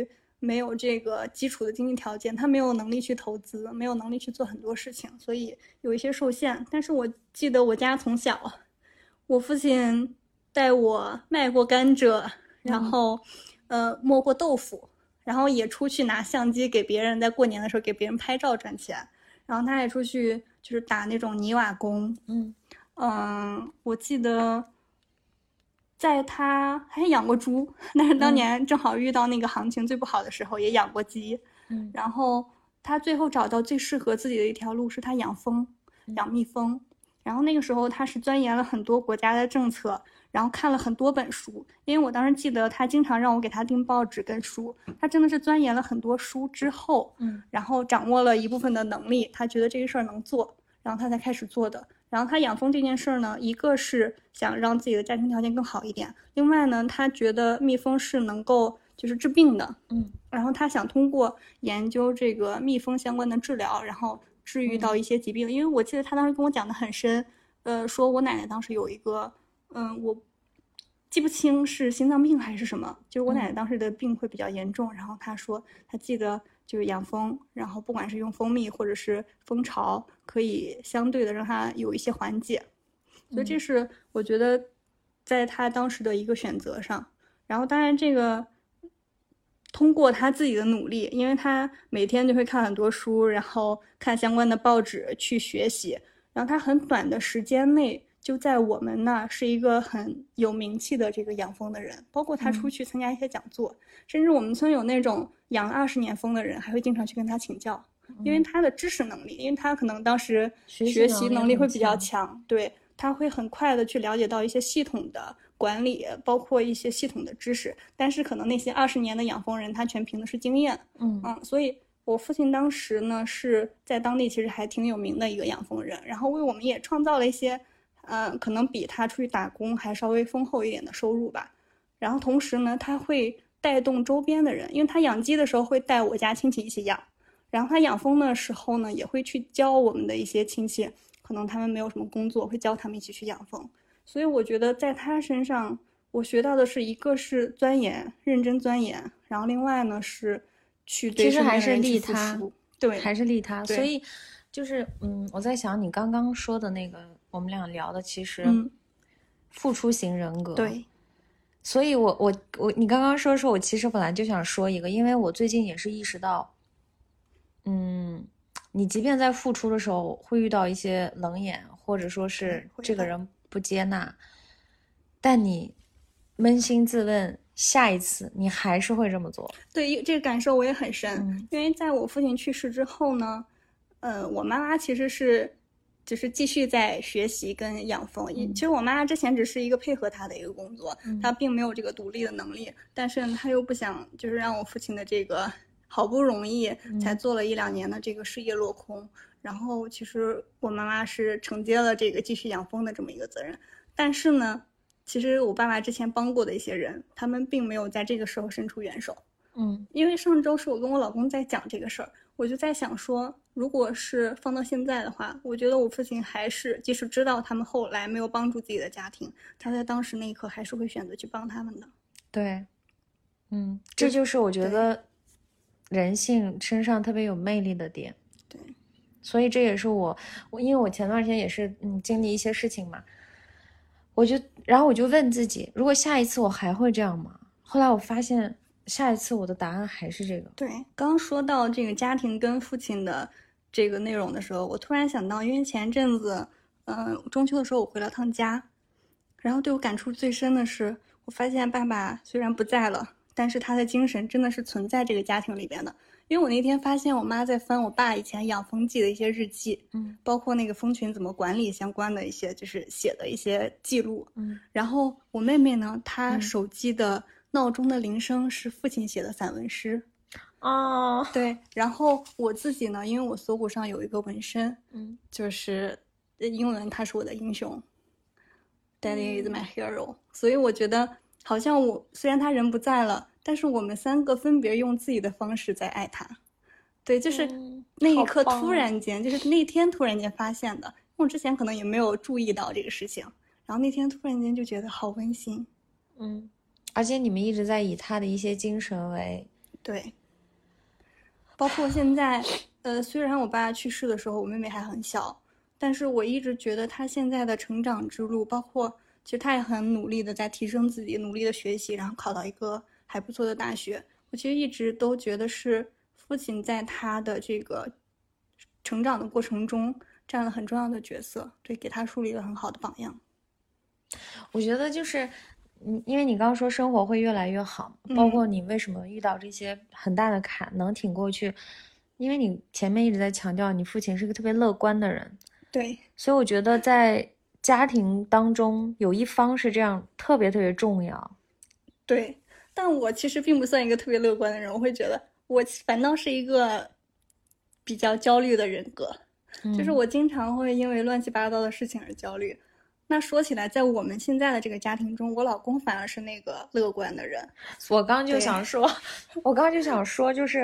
没有这个基础的经济条件，他没有能力去投资，没有能力去做很多事情，所以有一些受限。但是我记得我家从小，我父亲带我卖过甘蔗，然后磨过豆腐，然后也出去拿相机给别人，在过年的时候给别人拍照赚钱，然后他也出去就是打那种泥瓦工。我记得在他还养过猪，但是当年正好遇到那个行情最不好的时候，也养过鸡。然后他最后找到最适合自己的一条路是他养蜂，养蜜蜂。然后那个时候他是钻研了很多国家的政策，然后看了很多本书，因为我当时记得他经常让我给他订报纸跟书，他真的是钻研了很多书之后，然后掌握了一部分的能力，他觉得这个事儿能做，然后他才开始做的。然后他养蜂这件事儿呢，一个是想让自己的家庭条件更好一点，另外呢，他觉得蜜蜂是能够就是治病的，然后他想通过研究这个蜜蜂相关的治疗，然后治愈到一些疾病。因为我记得他当时跟我讲的很深，说我奶奶当时有一个，我记不清是心脏病还是什么，就是我奶奶当时的病会比较严重，然后他说他记得就是养蜂，然后不管是用蜂蜜或者是蜂巢，可以相对的让它有一些缓解，所以这是我觉得在他当时的一个选择上。然后当然这个通过他自己的努力，因为他每天就会看很多书，然后看相关的报纸去学习，然后他很短的时间内就在我们那儿是一个很有名气的这个养蜂的人，包括他出去参加一些讲座，甚至我们村有那种养了20年蜂的人还会经常去跟他请教，因为他的知识能力，因为他可能当时学习能力会比较强，对，他会很快的去了解到一些系统的管理，包括一些系统的知识，但是可能那些20年的养蜂人他全凭的是经验。所以我父亲当时呢是在当地其实还挺有名的一个养蜂人，然后为我们也创造了一些可能比他出去打工还稍微丰厚一点的收入吧。然后同时呢他会带动周边的人，因为他养鸡的时候会带我家亲戚一起养，然后他养蜂的时候呢也会去教我们的一些亲戚，可能他们没有什么工作，会教他们一起去养蜂。所以我觉得在他身上我学到的是，一个是钻研，认真钻研，然后另外呢是去对身边的人去付出，对， 还是利他。所以就是我在想你刚刚说的那个我们俩聊的其实付出型人格， 对。 所以你刚刚说我其实本来就想说一个，因为我最近也是意识到你即便在付出的时候会遇到一些冷眼，或者说是这个人不接纳，但你扪心自问，下一次你还是会这么做。 对，这个感受我也很深，因为在我父亲去世之后呢，我妈妈其实是就是继续在学习跟养蜂。其实我妈妈之前只是一个配合她的一个工作，她并没有这个独立的能力，但是她又不想就是让我父亲的这个好不容易才做了1-2年的这个事业落空。然后其实我妈妈是承接了这个继续养蜂的这么一个责任，但是呢其实我爸爸之前帮过的一些人，他们并没有在这个时候伸出援手。因为上周是我跟我老公在讲这个事儿，我就在想说，如果是放到现在的话，我觉得我父亲还是即使知道他们后来没有帮助自己的家庭，他在当时那一刻还是会选择去帮他们的。 对，这就是我觉得人性身上特别有魅力的点。 对， 所以这也是我因为我前段时间也是经历一些事情嘛，然后我就问自己，如果下一次我还会这样吗？后来我发现下一次我的答案还是这个。 对，刚说到这个家庭跟父亲的这个内容的时候，我突然想到，因为前阵子中秋的时候我回了趟家，然后对我感触最深的是，我发现爸爸虽然不在了，但是他的精神真的是存在这个家庭里边的。因为我那天发现我妈在翻我爸以前养蜂记的一些日记，包括那个蜂群怎么管理相关的一些就是写的一些记录，然后我妹妹呢，她手机的闹钟的铃声是父亲写的散文诗。对，然后我自己呢，因为我锁骨上有一个纹身，就是英文它是我的英雄，Daddy is my hero，所以我觉得好像我虽然他人不在了，但是我们3个分别用自己的方式在爱他。对，就是那一刻突然间，就是那天突然间发现的，因为我之前可能也没有注意到这个事情，然后那天突然间就觉得好温馨。 而且你们一直在以他的一些精神为对包括现在，虽然我爸去世的时候我妹妹还很小，但是我一直觉得他现在的成长之路，包括其实他也很努力的在提升自己，努力的学习，然后考到一个还不错的大学。我其实一直都觉得是父亲在他的这个成长的过程中占了很重要的角色，对，给他树立了很好的榜样。 我觉得就是因为你刚刚说生活会越来越好，包括你为什么遇到这些很大的坎能挺过去，因为你前面一直在强调你父亲是个特别乐观的人。 对， 所以我觉得在家庭当中有一方是这样特别特别重要。 对，但我其实并不算一个特别乐观的人，我会觉得我反倒是一个比较焦虑的人格，就是我经常会因为乱七八糟的事情而焦虑。那说起来，在我们现在的这个家庭中，我老公反而是那个乐观的人。 我刚就想说，就是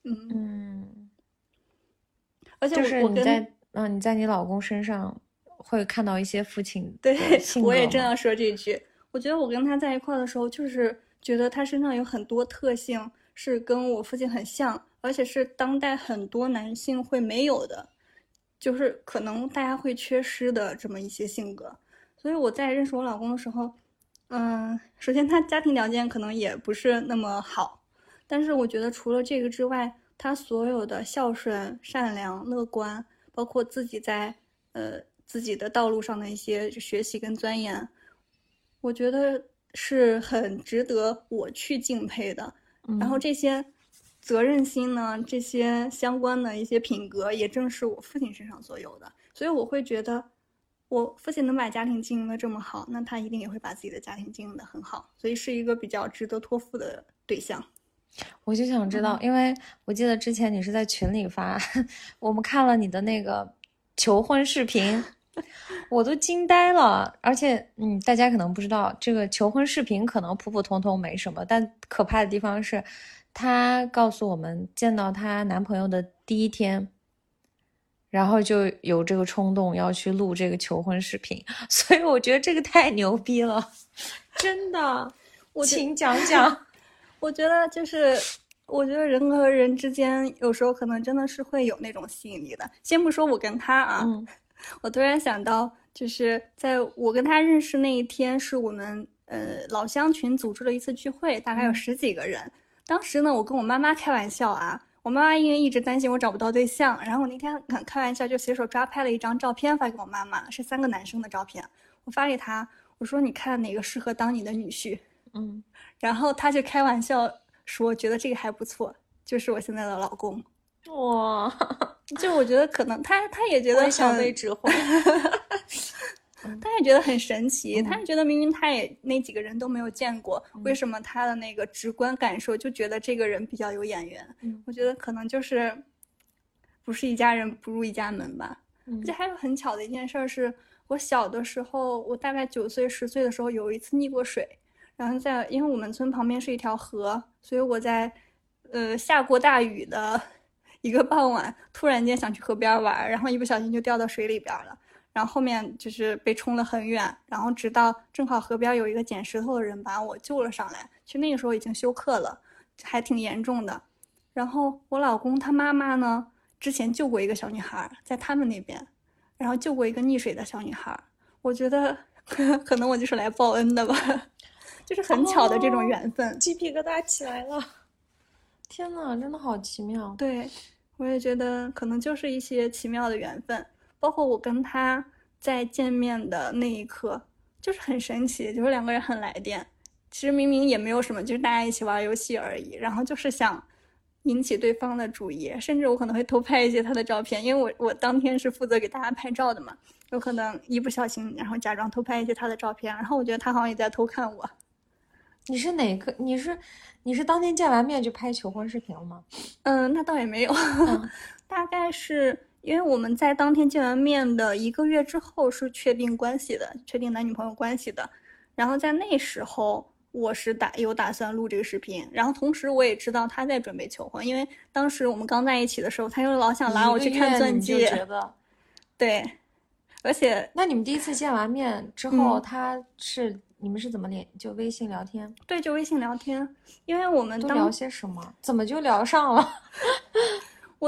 而且就是你在你老公身上会看到一些父亲的性格。 我也正要说这句。我觉得我跟他在一块的时候，就是觉得他身上有很多特性是跟我父亲很像，而且是当代很多男性会没有的，就是可能大家会缺失的这么一些性格。所以我在认识我老公的时候，首先他家庭条件可能也不是那么好，但是我觉得除了这个之外，他所有的孝顺、善良、乐观，包括自己在自己的道路上的一些学习跟钻研，我觉得是很值得我去敬佩的。然后这些责任心呢，这些相关的一些品格，也正是我父亲身上所有的。所以我会觉得，我父亲能把家庭经营的这么好，那他一定也会把自己的家庭经营的很好，所以是一个比较值得托付的对象。 我就想知道，因为我记得之前你是在群里发，我们看了你的那个求婚视频，我都惊呆了。而且大家可能不知道，这个求婚视频可能普普通通没什么，但可怕的地方是她告诉我们见到她男朋友的第一天，然后就有这个冲动要去录这个求婚视频，所以我觉得这个太牛逼了，真的。请讲讲。 我觉得人和人之间有时候可能真的是会有那种吸引力的。先不说我跟他啊，我突然想到，就是在我跟他认识那一天，是我们老乡群组织了一次聚会，大概有10几个人。当时呢，我跟我妈妈开玩笑啊，我妈妈因为一直担心我找不到对象，然后我那天很开玩笑就随手抓拍了一张照片发给我妈妈，是3个男生的照片，我发给她，我说你看哪个适合当你的女婿。然后他就开玩笑说觉得这个还不错，就是我现在的老公。 哇， 就我觉得可能他也觉得很想被指挥他也觉得很神奇，他也觉得明明他也那几个人都没有见过，为什么他的那个直观感受就觉得这个人比较有眼缘。我觉得可能就是不是一家人不入一家门吧。而且还有很巧的一件事是，我小的时候，我大概9岁10岁的时候有一次溺过水，然后因为我们村旁边是一条河，所以我在下过大雨的一个傍晚，突然间想去河边玩，然后一不小心就掉到水里边了，然后后面就是被冲了很远，然后直到正好河边有一个捡石头的人把我救了上来，其实那个时候已经休克了，还挺严重的。然后我老公他妈妈呢，之前救过一个小女孩，在他们那边，然后救过一个溺水的小女孩。我觉得可能我就是来报恩的吧。就是很巧的这种缘分， 鸡皮疙瘩起来了。天哪，真的好奇妙。 对，我也觉得可能就是一些奇妙的缘分，包括我跟他在见面的那一刻就是很神奇，就是2个人很来电，其实明明也没有什么，就是大家一起玩游戏而已，然后就是想引起对方的注意，甚至我可能会偷拍一些他的照片，因为我当天是负责给大家拍照的嘛，有可能一不小心然后假装偷拍一些他的照片，然后我觉得他好像也在偷看我。 你是哪个？你是当天见完面就拍求婚视频了吗？ 那倒也没有，大概是因为我们在当天见完面的1个月之后是确定关系的，确定男女朋友关系的。然后在那时候我是有打算录这个视频，然后同时我也知道他在准备求婚，因为当时我们刚在一起的时候，他又老想拉我去看钻戒。对，而且那你们第一次见完面之后，你们是怎么就微信聊天？ 对，就微信聊天，因为我们都聊些什么？怎么就聊上了？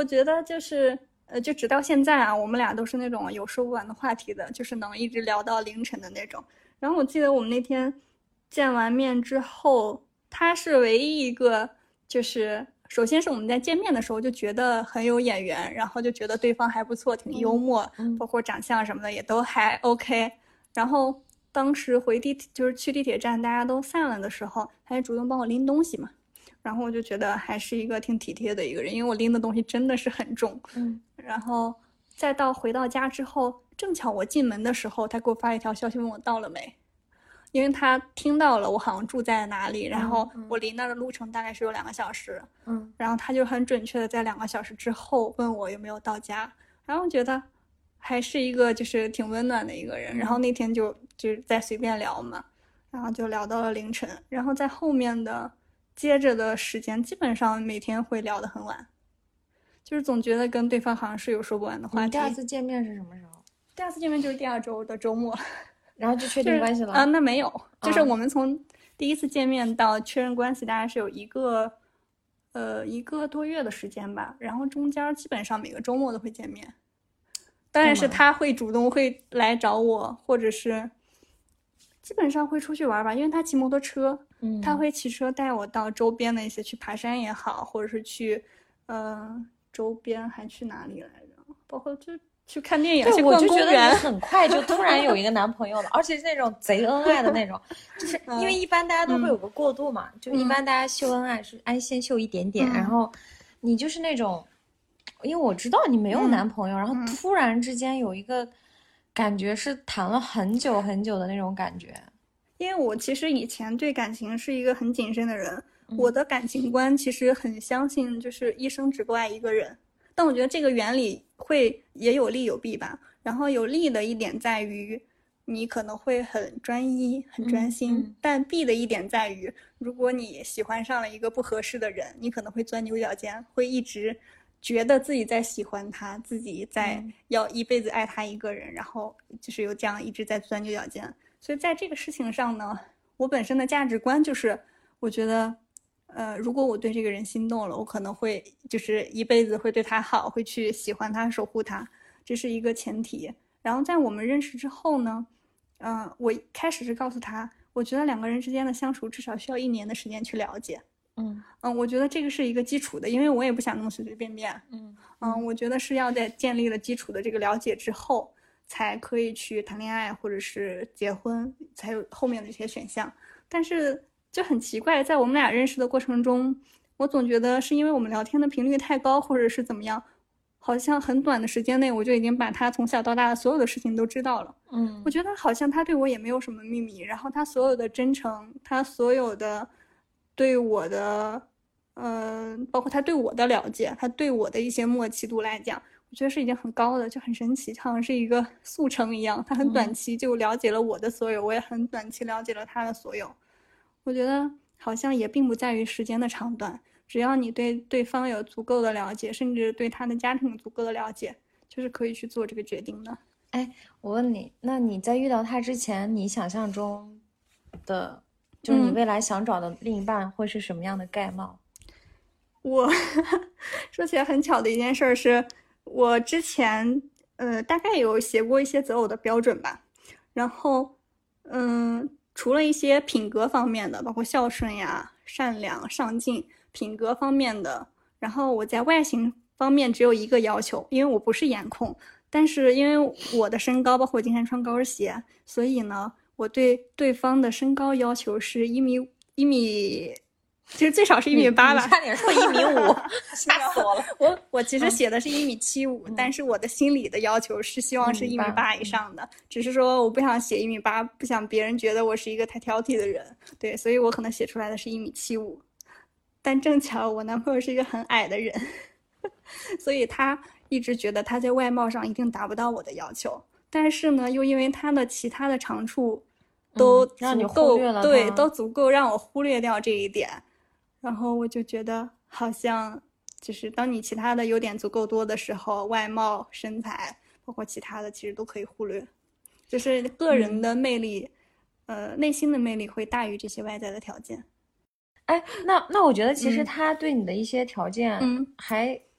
我觉得就是就直到现在啊，我们俩都是那种有说不完的话题的，就是能一直聊到凌晨的那种。然后我记得我们那天见完面之后，他是唯一一个就是首先是我们在见面的时候就觉得很有眼缘，然后就觉得对方还不错，挺幽默，包括长相什么的也都还 OK。然后当时就是去地铁站大家都散了的时候，他还主动帮我拎东西嘛。然后我就觉得还是一个挺体贴的一个人，因为我拎的东西真的是很重。然后再回到家之后，正巧我进门的时候，他给我发了一条消息问我到了没，因为他听到了我好像住在哪里，然后我离那儿的路程大概是有2个小时。然后他就很准确的在2个小时之后问我有没有到家，然后觉得还是一个就是挺温暖的一个人。然后那天就是在随便聊嘛，然后就聊到了凌晨，然后在后面的接着的时间基本上每天会聊得很晚，就是总觉得跟对方好像是有说不完的话题。 第二次见面是什么时候？ 第二次见面就是第2周的周末， 然后就确定关系了？ 那没有，就是我们从第一次见面到确认关系大概是有一个多月的时间吧，然后中间基本上每个周末都会见面。当然是他会主动会来找我，或者是基本上会出去玩吧，因为他骑摩托车，他会骑车带我到周边的一些去爬山也好，或者是去周边还去哪里来着，包括就去看电影， 对， 去逛公园。 我就觉得你很快就突然有一个男朋友了，而且是那种贼恩爱的那种，就是因为一般大家都会有个过渡嘛，就一般大家秀恩爱是先秀一点点，然后你就是那种，因为我知道你没有男朋友，然后突然之间有一个感觉是谈了很久很久的那种感觉。 因为我其实以前对感情是一个很谨慎的人，我的感情观其实很相信就是一生只够爱一个人，但我觉得这个原理也有利有弊吧。然后有利的一点在于你可能会很专一很专心，但弊的一点在于如果你喜欢上了一个不合适的人，你可能会钻牛角尖，会一直觉得自己在喜欢他，自己在要一辈子爱他一个人，然后就是有这样一直在钻牛角尖。所以在这个事情上呢，我本身的价值观就是我觉得如果我对这个人心动了，我可能会就是一辈子会对他好，会去喜欢他守护他，这是一个前提。然后在我们认识之后呢，我开始是告诉他我觉得2个人之间的相处至少需要1年的时间去了解。我觉得这个是一个基础的，因为我也不想那么随随便便。我觉得是要在建立了基础的这个了解之后才可以去谈恋爱或者是结婚，才有后面的这些选项。但是就很奇怪，在我们俩认识的过程中，我总觉得是因为我们聊天的频率太高，或者是怎么样，好像很短的时间内我就已经把他从小到大的所有的事情都知道了。我觉得好像他对我也没有什么秘密，然后他所有的真诚，他所有的对我的包括他对我的了解，他对我的一些默契度来讲，我觉得是已经很高的，就很神奇，好像是一个速成一样。他很短期就了解了我的所有，我也很短期了解了他的所有。我觉得好像也并不在于时间的长短，只要你对对方有足够的了解，甚至对他的家庭有足够的了解，就是可以去做这个决定的。 我问你，那你在遇到他之前，你想象中的就是你未来想找的另一半会是什么样的概貌？ 我说起来很巧的一件事是，我之前大概有写过一些择偶的标准吧，然后除了一些品格方面的，包括孝顺呀、善良、上进，品格方面的，然后我在外形方面只有一个要求，因为我不是颜控，但是因为我的身高，包括我经常穿高跟鞋，所以呢，我对对方的身高要求是1米，其实最少是1.8米吧。 你差点说1.5米，吓死我了。 我其实写的是1.75米，但是我的心里的要求是希望是1.8米以上的，只是说我不想写1.8米，不想别人觉得我是一个太挑剔的人，对，所以我可能写出来的是1.75米。但正巧我男朋友是一个很矮的人，所以他一直觉得他在外貌上一定达不到我的要求，但是呢，又因为他的其他的长处都让你足够， 忽略了对，都足够让我忽略掉这一点。然后我就觉得好像就是当你其他的优点足够多的时候，外貌、身材，包括其他的其实都可以忽略，就是个人的魅力，内心的魅力会大于这些外在的条件。 那我觉得其实他对你的一些条件还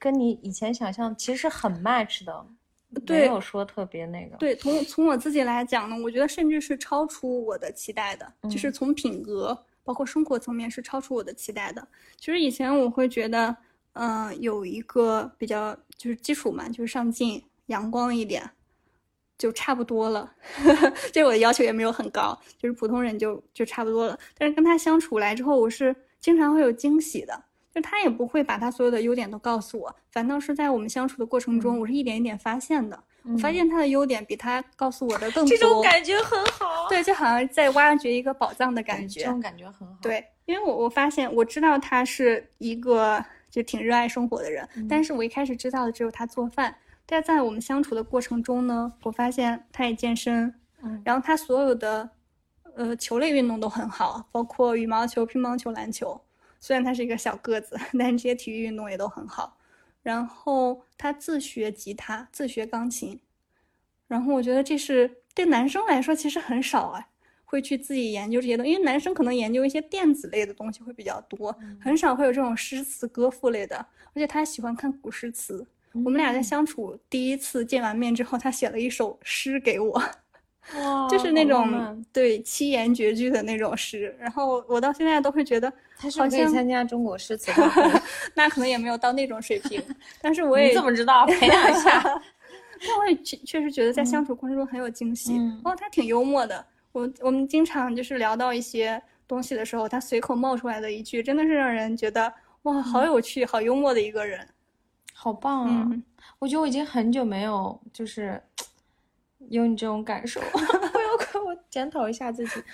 跟你以前想象其实是很 match 的， 对， 没有说特别那个。 对，从我自己来讲呢，我觉得甚至是超出我的期待的，就是从品格包括生活层面是超出我的期待的。其实以前我会觉得有一个比较就是基础嘛，就是上进阳光一点就差不多了这我的要求也没有很高，就是普通人就差不多了。但是跟他相处来之后，我是经常会有惊喜的，就他也不会把他所有的优点都告诉我，反倒是在我们相处的过程中，我是一点一点发现的。我发现他的优点比他告诉我的更多， 这种感觉很好。 对，就好像在挖掘一个宝藏的感觉， 这种感觉很好。 对，因为我发现我知道他是一个就挺热爱生活的人，但是我一开始知道的只有他做饭。但在我们相处的过程中呢，我发现他也健身，然后他所有的球类运动都很好，包括羽毛球、乒乓球、篮球。虽然他是一个小个子，但是这些体育运动也都很好。然后他自学吉他，自学钢琴，然后我觉得这是对男生来说其实很少会去自己研究这些东西，因为男生可能研究一些电子类的东西会比较多，很少会有这种诗词歌赋类的。而且他喜欢看古诗词，我们俩在相处第一次见完面之后，他写了一首诗给我，就是那种对七言绝句的那种诗，然后我到现在都会觉得他是不是可以参加中国诗词大会那可能也没有到那种水平，但是我也你怎么知道培养一下但我也确实觉得在相处过程中很有惊喜。他挺幽默的，我们经常就是聊到一些东西的时候，他随口冒出来的一句真的是让人觉得哇好有趣好幽默的一个人， 好棒啊。我觉得我已经很久没有就是有你这种感受我检讨一下自己。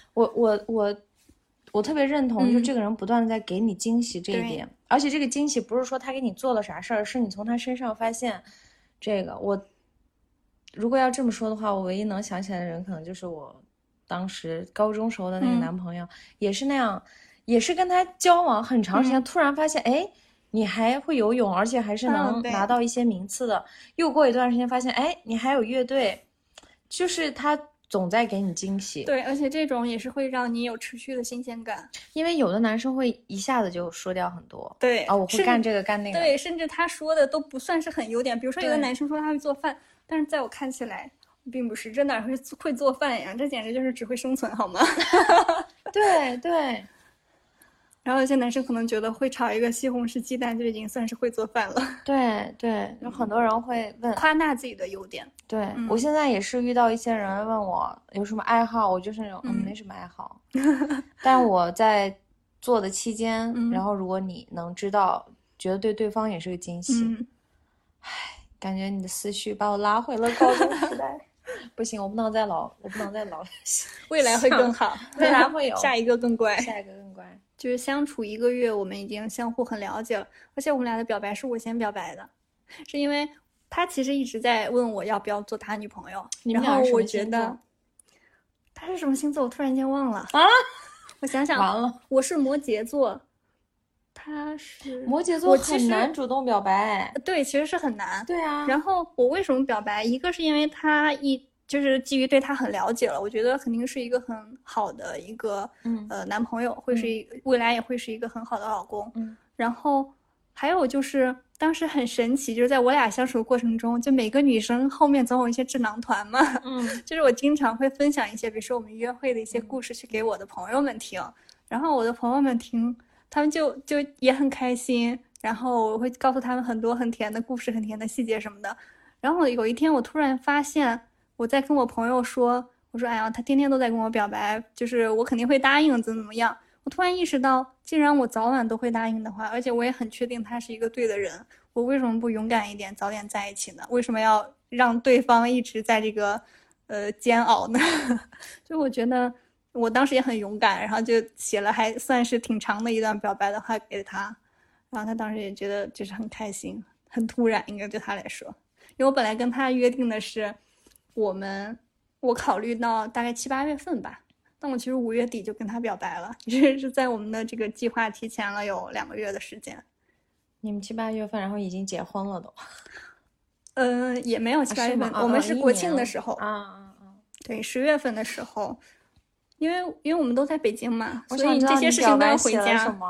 我特别认同，就这个人不断的在给你惊喜这一点，而且这个惊喜不是说他给你做了啥事儿，是你从他身上发现这个。我如果要这么说的话，我唯一能想起来的人可能就是我当时高中时候的那个男朋友，也是那样，也是跟他交往很长时间，突然发现哎你还会游泳，而且还是能拿到一些名次的，又过一段时间发现哎你还有乐队，就是他总在给你惊喜。 对，而且这种也是会让你有持续的新鲜感， 因为有的男生会一下子就说掉很多。 对我会干这个干那个。 对，甚至他说的都不算是很优点，比如说有个男生说他会做饭，但是在我看起来并不是，这哪会做饭呀，这简直就是只会生存好吗对对。 然后有些男生可能觉得会炒一个西红柿鸡蛋就已经算是会做饭了。 对对，有很多人会问夸大自己的优点。 对，我现在也是遇到一些人问我有什么爱好，我就是那种没什么爱好但我在做的期间然后如果你能知道，觉得对对方也是个惊喜。感觉你的思绪把我拉回了高中时代不行，我不能再老未来会更好未来会有下一个更乖。 就是相处1个月，我们已经相互很了解了，而且我们俩的表白是我先表白的，是因为他其实一直在问我要不要做他女朋友。然后我觉得他是什么星座，我突然间忘了我想想， 完了， 我是摩羯座，他是摩羯座，很难主动表白。 对，其实是很难。 对啊。 然后我为什么表白？一个是因为他就是基于对他很了解了，我觉得肯定是一个很好的一个男朋友，会是未来也会是一个很好的老公。然后还有就是当时很神奇，就是在我俩相处的过程中，就每个女生后面总有一些智囊团嘛。就是我经常会分享一些比如说我们约会的一些故事去给我的朋友们听，然后我的朋友们听，他们就也很开心，然后我会告诉他们很多很甜的故事，很甜的细节什么的。然后有一天我突然发现，我在跟我朋友说，我说哎呀他天天都在跟我表白，就是我肯定会答应怎么样。我突然意识到，既然我早晚都会答应的话，而且我也很确定他是一个对的人，我为什么不勇敢一点早点在一起呢？为什么要让对方一直在这个煎熬呢就我觉得我当时也很勇敢，然后就写了还算是挺长的一段表白的话给他，然后他当时也觉得就是很开心，很突然应该对他来说。因为我本来跟他约定的是我考虑到大概7、8月份吧，但我其实5月底就跟他表白了，是在我们的这个计划提前了有2个月的时间。 你们7、8月份然后已经结婚了都？ 也没有7、8月份，我们是国庆的时候对，10月份的时候，因为我们都在北京嘛，所以这些事情都要回家。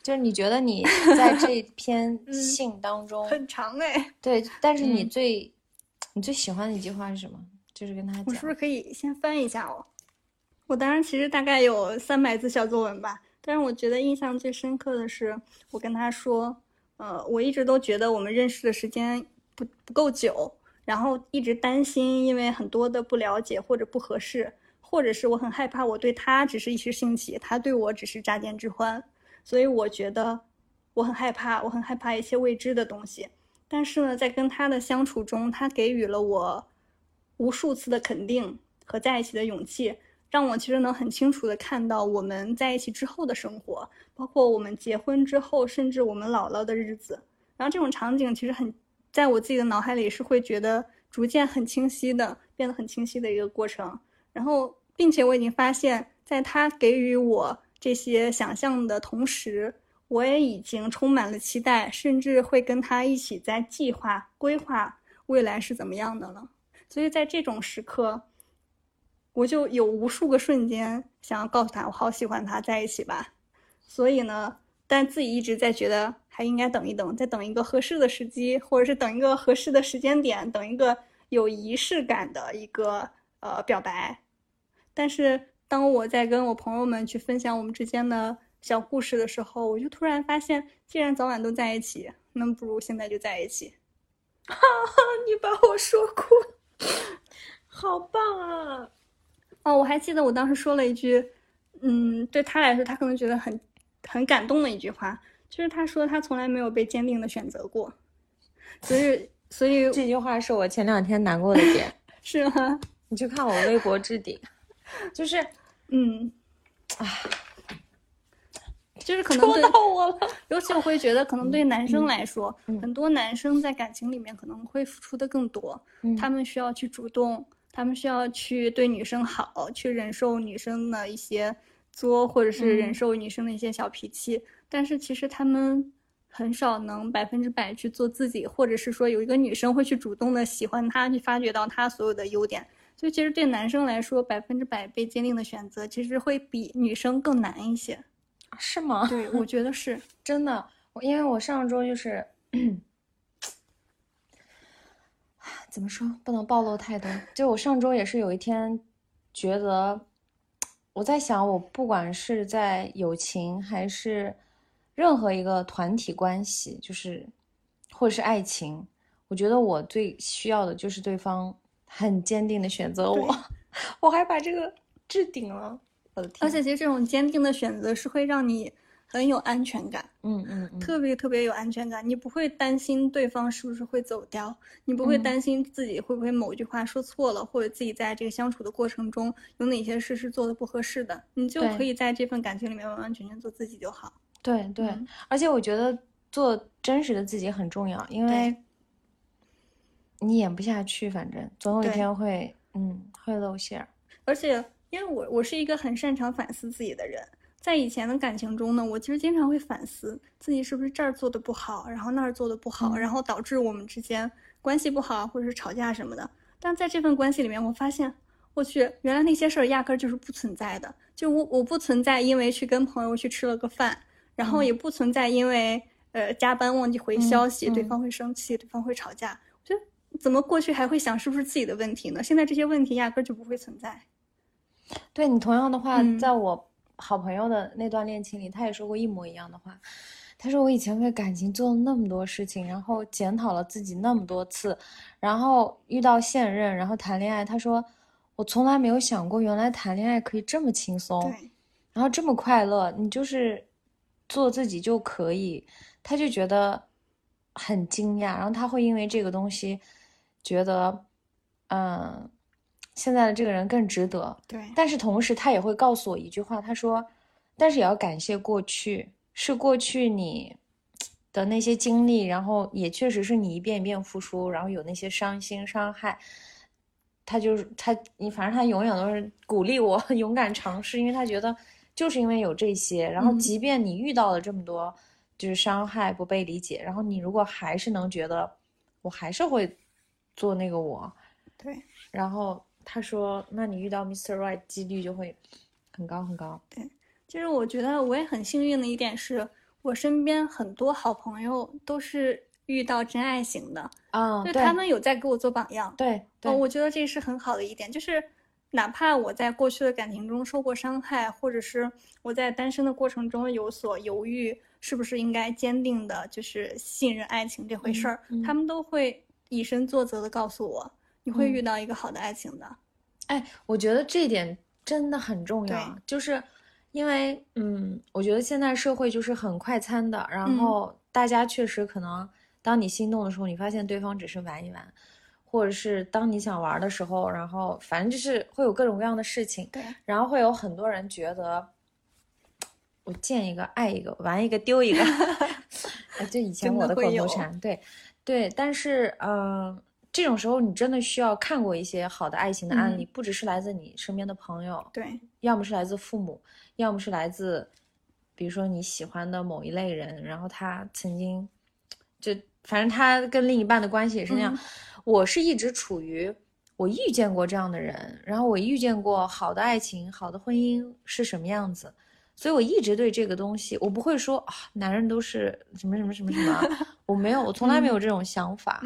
就是你觉得你在这篇信当中很长哎。 对，但是你最喜欢的一句话是什么？就是跟他讲。 我是不是可以先翻一下哦？我当然其实大概有300字小作文吧，但是我觉得印象最深刻的是我跟他说，我一直都觉得我们认识的时间不够久，然后一直担心因为很多的不了解或者不合适，或者是我很害怕我对他只是一时兴起，他对我只是乍见之欢，所以我觉得我很害怕一些未知的东西。但是呢，在跟他的相处中，他给予了我无数次的肯定和在一起的勇气，让我其实能很清楚的看到我们在一起之后的生活，包括我们结婚之后，甚至我们老了的日子。然后这种场景其实在我自己的脑海里是会觉得逐渐很清晰的，变得很清晰的一个过程。然后并且我已经发现，在他给予我这些想象的同时，我也已经充满了期待，甚至会跟他一起在计划规划未来是怎么样的了。所以在这种时刻，我就有无数个瞬间想要告诉他我好喜欢他，在一起吧。所以呢，但自己一直在觉得还应该等一等，再等一个合适的时机，或者是等一个合适的时间点，等一个有仪式感的一个表白。但是当我在跟我朋友们去分享我们之间的小故事的时候，我就突然发现，既然早晚都在一起，那不如现在就在一起。 哈哈，你把我说哭了，好棒啊！ 哦，我还记得我当时说了一句，对他来说，他可能觉得很感动的一句话，就是他说他从来没有被坚定的选择过，所以这句话是我前2天难过的点。 是吗？ 你去看我微博置顶，就是就是可能戳到我了。 尤其我会觉得，可能对男生来说，很多男生在感情里面可能会付出的更多，他们需要去主动，他们需要去对女生好，去忍受女生的一些作，或者是忍受女生的一些小脾气，但是其实他们很少能100%去做自己，或者是说有一个女生会去主动的喜欢他，去发掘到他所有的优点。所以其实对男生来说，100%被坚定的选择，其实会比女生更难一些。 是吗？ 对，我觉得是真的。因为我上周就是怎么说，不能暴露太多，就我上周也是有一天觉得，我在想，我不管是在友情还是任何一个团体关系，就是或者是爱情，我觉得我最需要的就是对方很坚定的选择我。我还把这个置顶了，我的天！ 而且其实这种坚定的选择是会让你很有安全感，特别特别有安全感。你不会担心对方是不是会走掉，你不会担心自己会不会某句话说错了，或者自己在这个相处的过程中有哪些事是做的不合适的，你就可以在这份感情里面完完全全做自己就好。 对对，而且我觉得做真实的自己很重要，因为你演不下去，反正总有一天会露馅儿。 而且因为我是一个很擅长反思自己的人，在以前的感情中呢，我其实经常会反思自己是不是这儿做的不好，然后那儿做的不好，然后导致我们之间关系不好，或者是吵架什么的。但在这份关系里面，我发现我去，原来那些事儿压根儿就是不存在的。就我不存在因为去跟朋友去吃了个饭，然后也不存在因为加班忘记回消息，对方会生气，对方会吵架。我觉得怎么过去还会想是不是自己的问题呢？现在这些问题压根儿就不会存在。 对，你同样的话，在我好朋友的那段恋情里，他也说过一模一样的话。他说我以前为感情做了那么多事情，然后检讨了自己那么多次，然后遇到现任，然后谈恋爱，他说我从来没有想过原来谈恋爱可以这么轻松，然后这么快乐，你就是做自己就可以。他就觉得很惊讶，然后他会因为这个东西觉得现在的这个人更值得。 对， 但是同时他也会告诉我一句话，他说但是也要感谢过去，是过去你的那些经历，然后也确实是你一遍一遍付出，然后有那些伤心伤害，反正他永远都是鼓励我勇敢尝试，因为他觉得就是因为有这些，然后即便你遇到了这么多就是伤害不被理解，然后你如果还是能觉得我还是会做那个我， 对， 然后他说那你遇到 Mr. Right 几率就会很高很高。 对，其实我觉得我也很幸运的一点是， 我身边很多好朋友都是遇到真爱型的，就对他们有在给我做榜样。 对， 我觉得这是很好的一点，就是哪怕我在过去的感情中受过伤害，或者是我在单身的过程中有所犹豫，是不是应该坚定的就是信任爱情这回事儿，他们都会以身作则的告诉我，你会遇到一个好的爱情的。 我觉得这一点真的很重要，就是因为我觉得现在社会就是很快餐的，然后大家确实可能当你心动的时候，你发现对方只是玩一玩，或者是当你想玩的时候，然后反正就是会有各种各样的事情， 对， 然后会有很多人觉得我见一个爱一个，玩一个丢一个就以前我的口头禅，对，但是这种时候你真的需要看过一些好的爱情的案例，不只是来自你身边的朋友， 对， 要么是来自父母，要么是来自比如说你喜欢的某一类人，然后他曾经就反正他跟另一半的关系也是那样。我是一直处于我遇见过这样的人，然后我遇见过好的爱情，好的婚姻是什么样子，所以我一直对这个东西，我不会说男人都是什么什么什么什么我没有，我从来没有这种想法。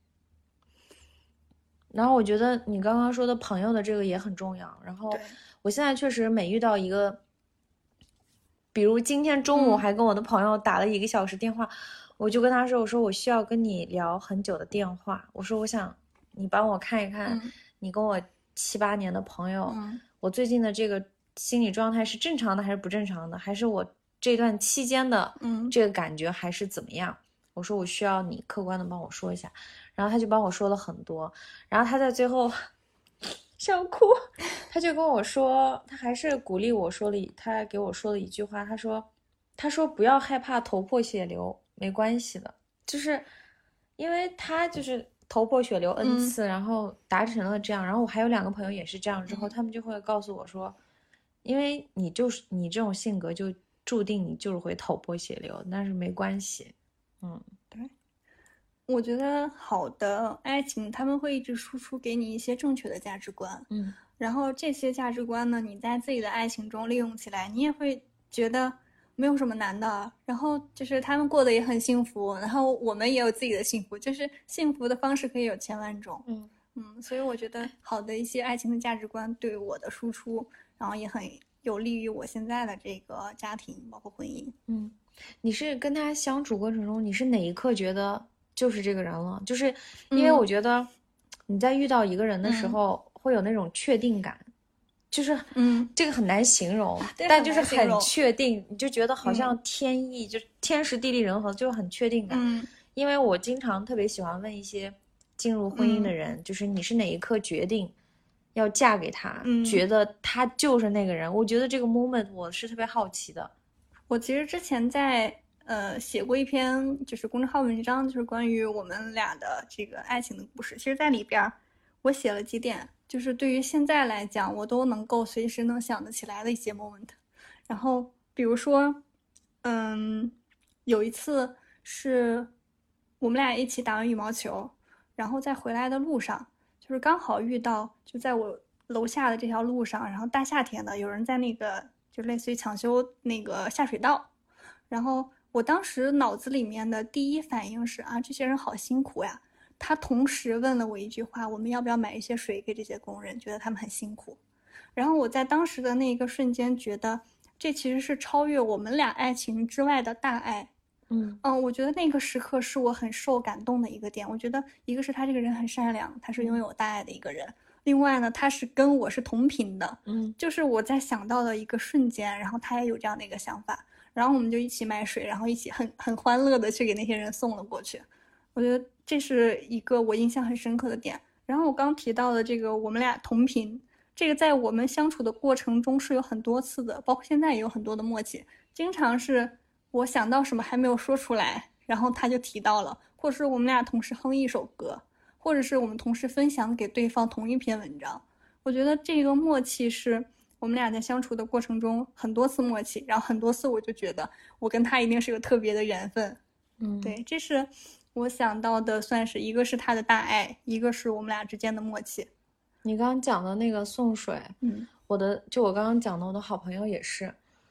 然后我觉得你刚刚说的朋友的这个也很重要，然后我现在确实每遇到一个，比如今天中午还跟我的朋友打了1个小时电话，我就跟他说，我说我需要跟你聊很久的电话，我说我想你帮我看一看你跟我7、8年的朋友，我最近的这个心理状态是正常的还是不正常的，还是我这段期间的这个感觉还是怎么样，我说我需要你客观的帮我说一下，然后他就帮我说了很多，然后他在最后想哭，他就跟我说，他还是鼓励我说了，他给我说了一句话，他说不要害怕头破血流，没关系的，就是因为他就是头破血流 N 次，然后达成了这样，然后我还有2个朋友也是这样，之后他们就会告诉我说，因为你这种性格就注定你就是会头破血流，但是没关系。 对，我觉得好的爱情他们会一直输出给你一些正确的价值观，然后这些价值观呢，你在自己的爱情中利用起来，你也会觉得没有什么难的，然后就是他们过得也很幸福，然后我们也有自己的幸福，就是幸福的方式可以有千万种。所以我觉得好的一些爱情的价值观对我的输出，然后也很有利于我现在的这个家庭包括婚姻。 你是跟他相处过程中，你是哪一刻觉得就是这个人了？就是因为我觉得你在遇到一个人的时候，会有那种确定感，就是这个很难形容，但就是很确定，你就觉得好像天意，就天时地利人和，就很确定感。因为我经常特别喜欢问一些进入婚姻的人，就是你是哪一刻决定要嫁给他，觉得他就是那个人？我觉得这个 moment 我是特别好奇的。 我其实之前在写过一篇就是公众号文章，就是关于我们俩的这个爱情的故事。其实在里边我写了几点，就是对于现在来讲我都能够随时能想得起来的一些 moment。 然后比如说有一次是我们俩一起打完羽毛球，然后在回来的路上，就是刚好遇到就在我楼下的这条路上，然后大夏天的有人在那个就类似于抢修那个下水道，然后我当时脑子里面的第一反应是这些人好辛苦呀。他同时问了我一句话，我们要不要买一些水给这些工人，觉得他们很辛苦。然后我在当时的那一个瞬间觉得这其实是超越我们俩爱情之外的大爱。我觉得那个时刻是我很受感动的一个点。我觉得一个是他这个人很善良，他是拥有大爱的一个人，另外呢他是跟我是同频的，就是我在想到的一个瞬间，然后他也有这样的一个想法，然后我们就一起买水，然后一起很欢乐的去给那些人送了过去。我觉得这是一个我印象很深刻的点。然后我刚提到的这个我们俩同频，这个在我们相处的过程中是有很多次的，包括现在也有很多的默契，经常是我想到什么还没有说出来，然后他就提到了，或者是我们俩同时哼一首歌，或者是我们同时分享给对方同一篇文章。我觉得这个默契是我们俩在相处的过程中很多次默契，然后很多次我就觉得我跟他一定是有特别的缘分。对，这是我想到的，算是一个是他的大爱，一个是我们俩之间的默契。 你刚刚讲的那个送水，我刚刚讲的我的好朋友也是，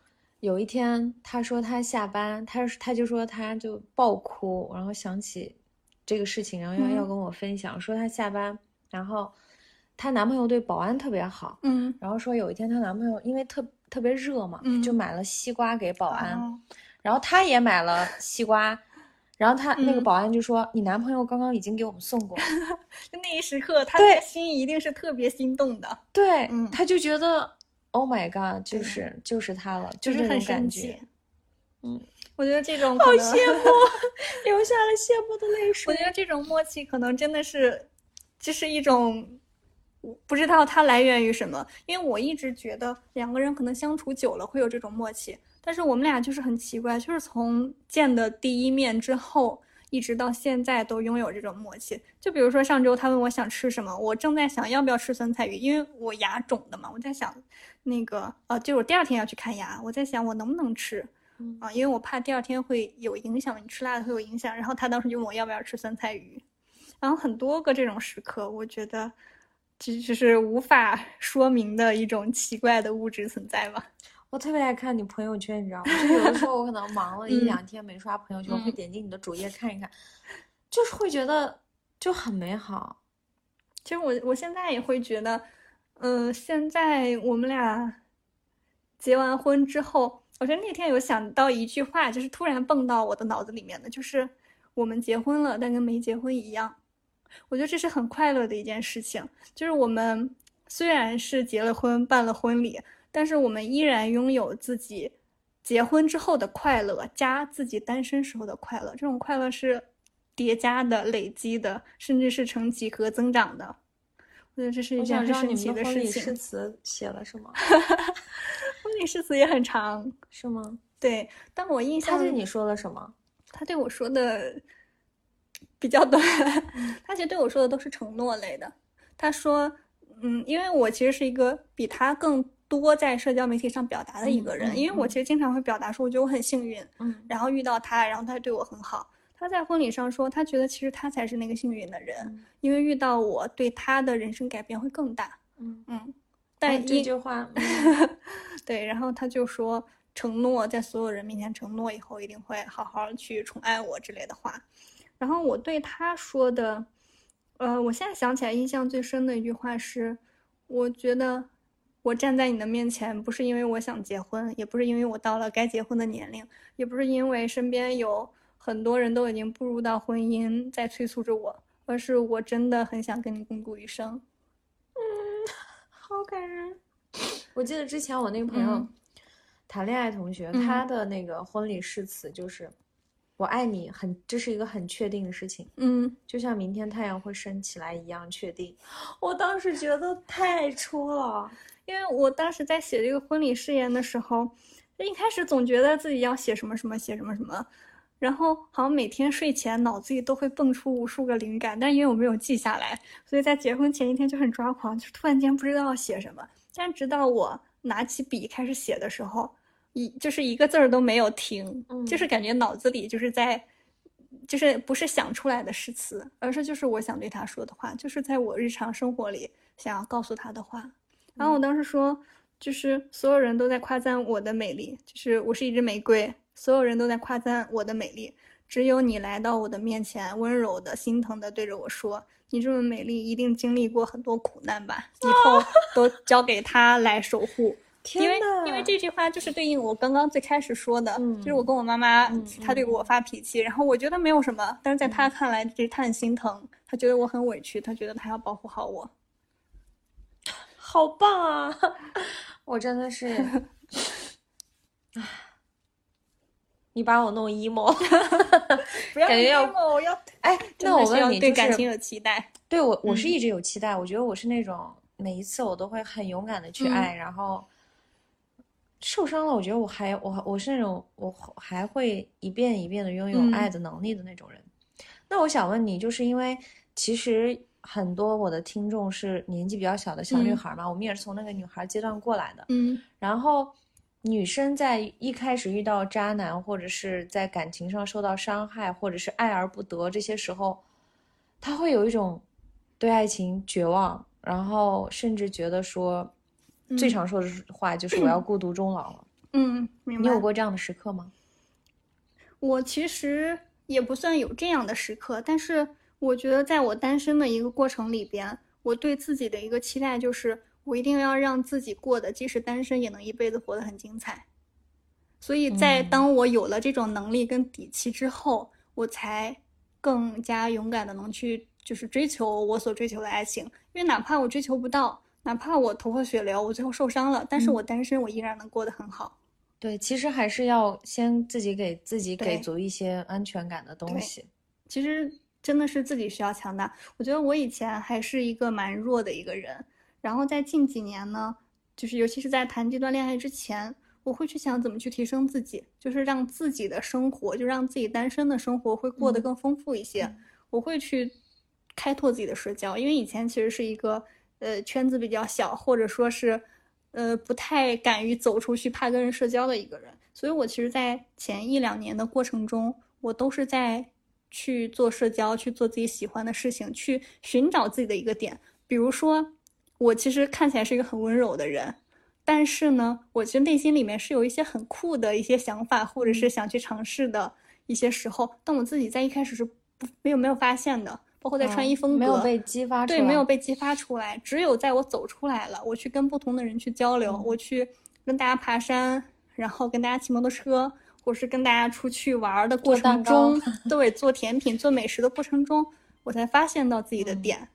有一天她说她下班，她就说她就爆哭，然后想起这个事情，然后要跟我分享，说她下班，然后她男朋友对保安特别好，然后说有一天她男朋友因为特别热嘛，就买了西瓜给保安，然后她也买了西瓜，然后那个保安就说你男朋友刚刚已经给我们送过了， 就那一时刻他的心一定是特别心动的， 对，他就觉得 Oh my god， 就是他了， 就是很感觉， 我觉得这种好羡慕，流下了羡慕的泪水。 我觉得这种默契可能真的是，就是一种，不知道它来源于什么。因为我一直觉得两个人可能相处久了会有这种默契，但是我们俩就是很奇怪，就是从见的第一面之后，一直到现在都拥有这种默契。就比如说上周他问我想吃什么，我正在想要不要吃酸菜鱼，因为我牙肿的嘛，我在想那个就是我第二天要去看牙，我在想我能不能吃。因为我怕第二天会有影响，你吃辣的会有影响。然后他当时就问我要不要吃酸菜鱼，然后很多个这种时刻，我觉得这就是无法说明的一种奇怪的物质存在吧。 我特别爱看你朋友圈，你知道吗？就有的时候我可能忙了1-2天没刷朋友圈，会点进你的主页看一看，就是会觉得就很美好。 其实我现在也会觉得，现在我们俩结完婚之后，我觉得那天有想到一句话，就是突然蹦到我的脑子里面的，就是我们结婚了，但跟没结婚一样。我觉得这是很快乐的一件事情，就是我们虽然是结了婚，办了婚礼，但是我们依然拥有自己结婚之后的快乐，加自己单身时候的快乐。这种快乐是叠加的、累积的，甚至是呈几何增长的。我觉得这是一件很神奇的事情。 婚礼誓词写了什么？ 婚礼誓词也很长， 是吗？ 对，但我印象他对你说了什么？ 他对我说的比较短，他其实对我说的都是承诺类的。他说，因为我其实是一个比他更多在社交媒体上表达的一个人，因为我其实经常会表达说，我觉得我很幸运，然后遇到他，然后他对我很好。他在婚礼上说，他觉得其实他才是那个幸运的人，因为遇到我，对他的人生改变会更大。但这句话， 对，然后他就说承诺在所有人面前承诺以后一定会好好去宠爱我之类的话。然后我对他说的，我现在想起来印象最深的一句话是，我觉得我站在你的面前，不是因为我想结婚，也不是因为我到了该结婚的年龄，也不是因为身边有很多人都已经步入到婚姻在催促着我，而是我真的很想跟你共度一生。 好感人。我记得之前我那个朋友谈恋爱同学，他的那个婚礼誓词就是我爱你，这是一个很确定的事情，就像明天太阳会升起来一样确定。我当时觉得太戳了， 因为我当时在写这个婚礼誓言的时候，一开始总觉得自己要写什么什么，写什么什么，然后好像每天睡前脑子里都会蹦出无数个灵感，但因为我没有记下来，所以在结婚前一天就很抓狂，就突然间不知道要写什么。但直到我拿起笔开始写的时候，就是一个字儿都没有停，就是感觉脑子里就是不是想出来的诗词，而是就是我想对他说的话，就是在我日常生活里想要告诉他的话。然后我当时说，就是所有人都在夸赞我的美丽，就是我是一支玫瑰，所有人都在夸赞我的美丽，只有你来到我的面前，温柔的心疼的对着我说，你这么美丽一定经历过很多苦难吧，以后都交给他来守护。因为这句话就是对应我刚刚最开始说的，就是我跟我妈妈，她对我发脾气，然后我觉得没有什么，但是在她看来，她很心疼，她觉得我很委屈，她觉得她要保护好我。 好棒啊！我真的是，你把我弄 emo， 不要 emo， 我要那我问你， 对感情有期待？ 对我是一直有期待，我觉得我是那种每一次我都会很勇敢的去爱，然后受伤了，我觉得我是那种我还会一遍一遍的拥有爱的能力的那种人。那我想问你，就是因为其实很多我的听众是年纪比较小的小女孩嘛，我们也是从那个女孩阶段过来的，然后女生在一开始遇到渣男，或者是在感情上受到伤害，或者是爱而不得，这些时候她会有一种对爱情绝望，然后甚至觉得说最常说的话就是我要孤独终老了。 明白。 你有过这样的时刻吗？ 我其实也不算有这样的时刻，但是我觉得在我单身的一个过程里边，我对自己的一个期待就是我一定要让自己过得即使单身也能一辈子活得很精彩。所以在当我有了这种能力跟底气之后，我才更加勇敢的能去就是追求我所追求的爱情。因为哪怕我追求不到，哪怕我头破血流，我最后受伤了，但是我单身我依然能过得很好。 对，其实还是要先自己给自己给足一些安全感的东西。 其实真的是自己需要强大。我觉得我以前还是一个蛮弱的一个人，然后在近几年呢，就是尤其是在谈这段恋爱之前，我会去想怎么去提升自己，就是让自己的生活，就让自己单身的生活会过得更丰富一些。我会去开拓自己的社交，因为以前其实是一个圈子比较小，或者说是不太敢于走出去，怕跟人社交的一个人。所以我其实在前1-2年的过程中，我都是在去做社交，去做自己喜欢的事情，去寻找自己的一个点。比如说我其实看起来是一个很温柔的人，但是呢我其实内心里面是有一些很酷的一些想法，或者是想去尝试的一些时候，但我自己在一开始是没有发现的，包括在穿衣风格， 没有被激发出来。 对，没有被激发出来。只有在我走出来了，我去跟不同的人去交流，我去跟大家爬山，然后跟大家骑摩托车，或是跟大家出去玩的过程中，对，做甜品做美食的过程中，我才发现到自己的点。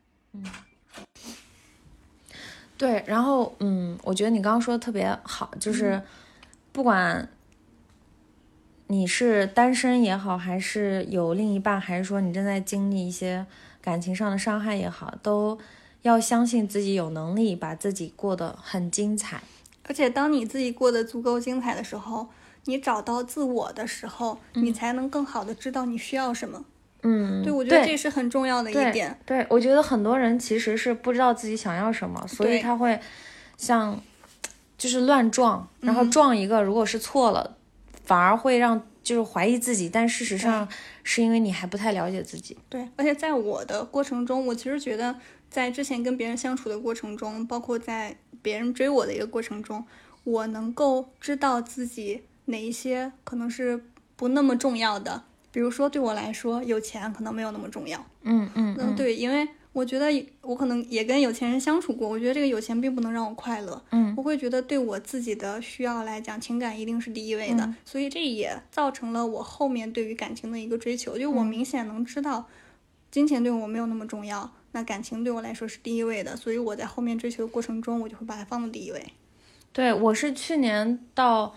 对，然后我觉得你刚刚说的特别好，就是不管你是单身也好，还是有另一半，还是说你正在经历一些感情上的伤害也好，都要相信自己有能力把自己过得很精彩。 而且当你自己过得足够精彩的时候，你找到自我的时候，你才能更好的知道你需要什么。对，我觉得这是很重要的一点。 对，我觉得很多人其实是不知道自己想要什么，所以他会像就是乱撞，然后撞一个如果是错了，反而会让就是怀疑自己，但事实上是因为你还不太了解自己。 对，而且在我的过程中，我其实觉得在之前跟别人相处的过程中，包括在别人追我的一个过程中，我能够知道自己哪一些可能是不那么重要的。比如说对我来说，有钱可能没有那么重要。对，因为我觉得我可能也跟有钱人相处过，我觉得这个有钱并不能让我快乐。我会觉得对我自己的需要来讲，情感一定是第一位的。所以这也造成了我后面对于感情的一个追求，就我明显能知道金钱对我没有那么重要，那感情对我来说是第一位的，所以我在后面追求的过程中，我就会把它放到第一位。 对，我是去年到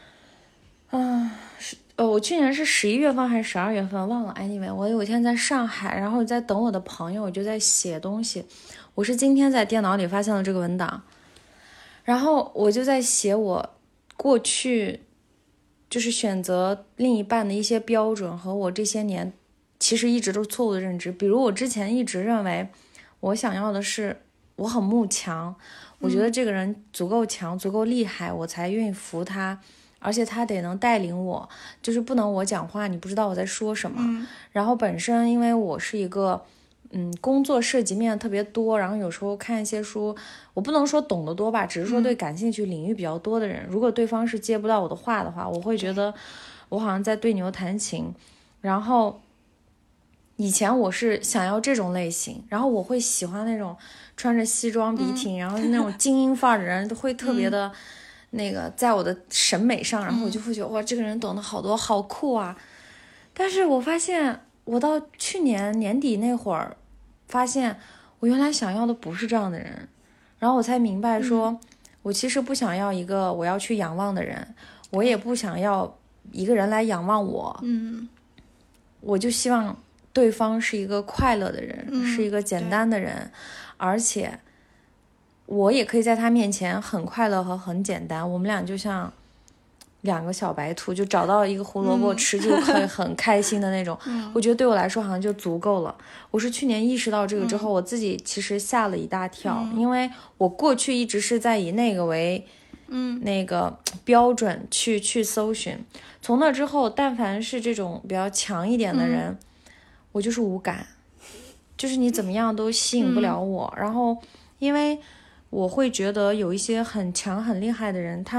我去年是11月份还是12月份忘了 anyway， 我有一天在上海，然后在等我的朋友，我就在写东西。我是今天在电脑里发现了这个文档，然后我就在写我过去就是选择另一半的一些标准和我这些年其实一直都是错误的认知。比如我之前一直认为我想要的是我很慕强，我觉得这个人足够强足够厉害，我才愿意服他，而且他得能带领我，就是不能我讲话你不知道我在说什么。然后本身因为我是一个工作涉及面特别多，然后有时候看一些书，我不能说懂得多吧，只是说对感兴趣领域比较多的人，如果对方是接不到我的话的话，我会觉得我好像在对牛弹琴。然后以前我是想要这种类型，然后我会喜欢那种穿着西装笔挺，然后那种精英范儿的人会特别的那个在我的审美上，然后我就会觉得哇，这个人懂得好多，好酷啊。但是我发现我到去年年底那会儿发现我原来想要的不是这样的人，然后我才明白说我其实不想要一个我要去仰望的人，我也不想要一个人来仰望我。我就希望对方是一个快乐的人，是一个简单的人，而且我也可以在他面前很快乐和很简单，我们俩就像2个小白兔，就找到一个胡萝卜吃就可以很开心的那种。我觉得对我来说好像就足够了。我是去年意识到这个之后，我自己其实吓了一大跳，因为我过去一直是在以那个为那个标准去搜寻，从那之后但凡是这种比较强一点的人，我就是无感，就是你怎么样都吸引不了我。然后因为我会觉得有一些很强很厉害的人，他们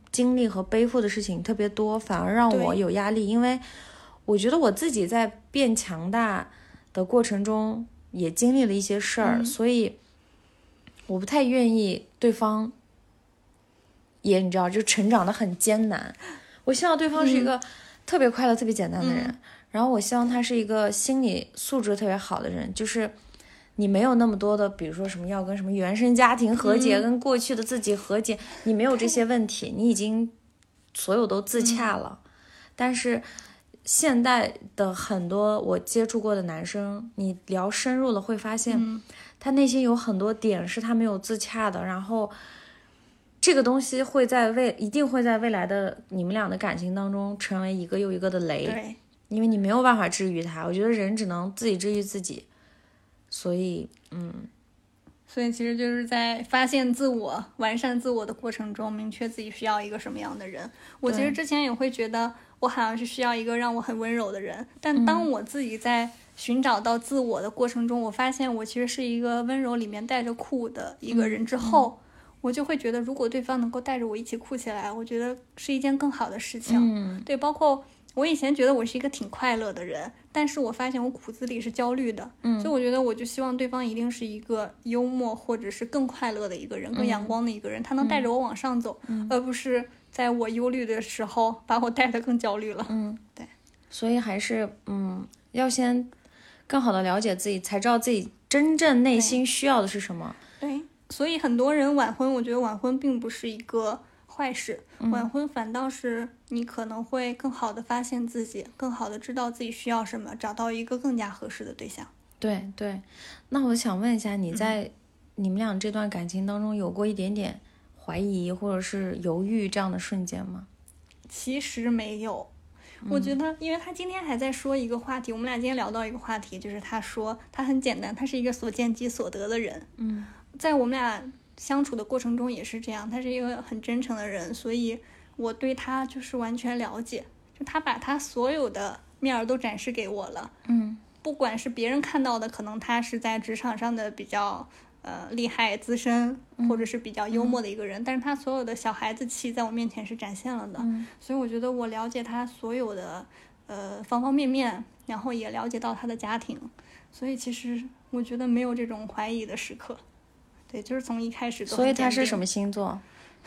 经历和背负的事情特别多，反而让我有压力。因为我觉得我自己在变强大的过程中也经历了一些事儿，所以我不太愿意对方也你知道就成长的很艰难。我希望对方是一个特别快乐特别简单的人，然后我希望他是一个心理素质特别好的人，就是你没有那么多的比如说什么要跟什么原生家庭和解，跟过去的自己和解，你没有这些问题，你已经所有都自洽了。但是现代的很多我接触过的男生，你聊深入了会发现他内心有很多点是他没有自洽的，然后这个东西一定会在未来的你们俩的感情当中成为一个又一个的雷， 对， 因为你没有办法治愈他。我觉得人只能自己治愈自己，所以其实就是在发现自我、完善自我的过程中，明确自己需要一个什么样的人。我其实之前也会觉得我好像是需要一个让我很温柔的人，但当我自己在寻找到自我的过程中，我发现我其实是一个温柔里面带着酷的一个人之后，我就会觉得如果对方能够带着我一起酷起来，我觉得是一件更好的事情。对，包括我以前觉得我是一个挺快乐的人，但是我发现我骨子里是焦虑的，所以我觉得我就希望对方一定是一个幽默或者是更快乐的一个人，更阳光的一个人，他能带着我往上走，而不是在我忧虑的时候把我带得更焦虑了。对， 所以还是要先更好的了解自己，才知道自己真正内心需要的是什么。 对，所以很多人晚婚，我觉得晚婚并不是一个坏事，晚婚反倒是你可能会更好的发现自己，更好的知道自己需要什么，找到一个更加合适的对象。 对对，那我想问一下，你在你们俩这段感情当中有过一点点怀疑或者是犹豫这样的瞬间吗？ 其实没有，我觉得因为他今天还在说一个话题，我们俩今天聊到一个话题，就是他说他很简单，他是一个所见即所得的人。在我们俩相处的过程中也是这样，他是一个很真诚的人，所以我对他就是完全了解，就他把他所有的面儿都展示给我了。不管是别人看到的可能他是在职场上的比较厉害资深，或者是比较幽默的一个人，但是他所有的小孩子气在我面前是展现了的。所以我觉得我了解他所有的方方面面，然后也了解到他的家庭，所以其实我觉得没有这种怀疑的时刻。对，就是从一开始都很坚定。 所以他是什么星座？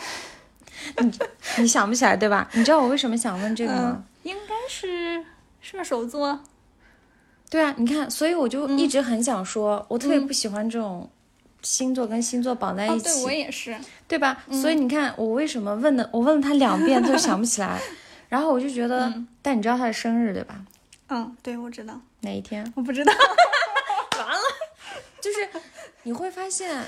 你想不起来对吧？你知道我为什么想问这个吗？ 应该是射手座。 对啊，你看，所以我就一直很想说，我特别不喜欢这种星座跟星座绑在一起。 对，我也是， 对吧？所以你看我为什么我问了他2遍他就想不起来，然后我就觉得，但你知道他的生日对吧？ 对，我知道。 哪一天？ 我不知道。 完了，就是你会发现，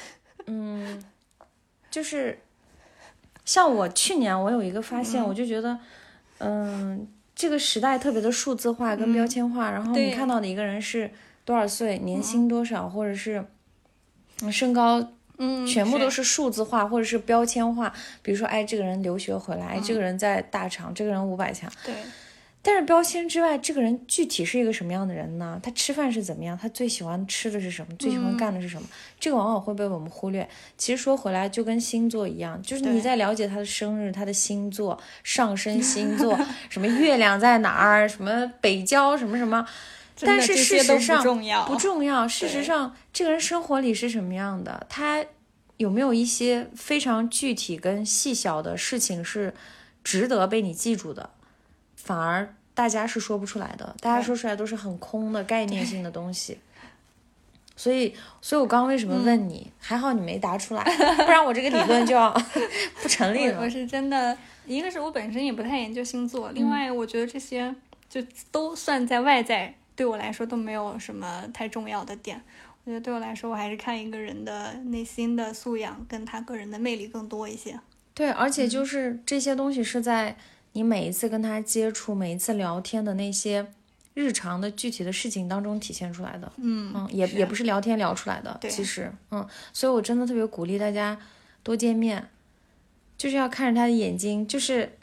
就是像我去年我有一个发现，我就觉得，这个时代特别的数字化跟标签化，然后你看到的一个人是多少岁，年薪多少，或者是身高，全部都是数字化或者是标签化。比如说，哎，这个人留学回来，哎，这个人在大厂，这个人500强。 对。 但是标签之外，这个人具体是一个什么样的人呢？他吃饭是怎么样？他最喜欢吃的是什么？最喜欢干的是什么？这个往往会被我们忽略。其实说回来，就跟星座一样，就是你在了解他的生日、他的星座、上升星座，什么月亮在哪儿，什么北交，什么什么。但是事实上不重要。事实上，这个人生活里是什么样的？他有没有一些非常具体跟细小的事情是值得被你记住的？反而大家是说不出来的，大家说出来都是很空的概念性的东西。所以我刚刚为什么问你，还好你没答出来，不然我这个理论就要不成立了。 我是真的，一个是我本身也不太研究星座，另外我觉得这些就都算在外在，对我来说都没有什么太重要的点。我觉得对我来说，我还是看一个人的内心的素养跟他个人的魅力更多一些。 对，而且就是这些东西是在你每一次跟他接触，每一次聊天的那些日常的具体的事情当中体现出来的。也不是聊天聊出来的。其实所以我真的特别鼓励大家多见面，就是要看着他的眼睛，就是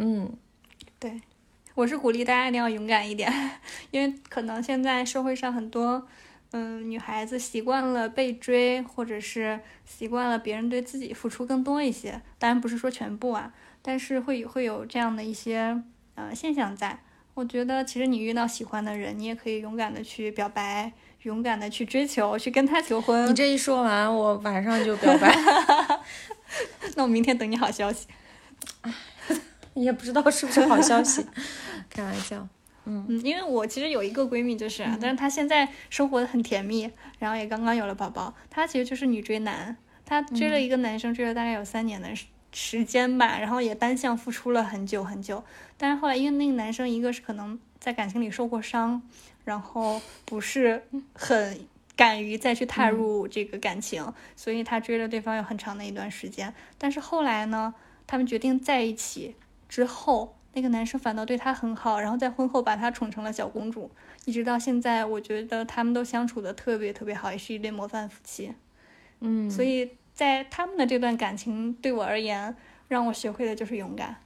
对，我是鼓励大家一定要勇敢一点，因为可能现在社会上很多女孩子习惯了被追，或者是习惯了别人对自己付出更多一些，当然不是说全部啊，但是会有这样的一些现象在。我觉得其实你遇到喜欢的人，你也可以勇敢的去表白，勇敢的去追求，去跟他求婚。 你这一说完，我晚上就表白。 那我明天等你好消息。 也不知道是不是好消息，开玩笑。 因为我其实有一个闺蜜，就是但是她现在生活的很甜蜜，然后也刚刚有了宝宝。她其实就是女追男，她追了一个男生，追了大概有3年的时间吧，然后也单向付出了很久很久。但是后来因为那个男生，一个是可能在感情里受过伤，然后不是很敢于再去踏入这个感情，所以他追了对方有很长的一段时间。但是后来呢，他们决定在一起之后，那个男生反倒对她很好，然后在婚后把她宠成了小公主，一直到现在，我觉得他们都相处的特别特别好，也是一对模范夫妻。所以在他们的这段感情对我而言，让我学会的就是勇敢。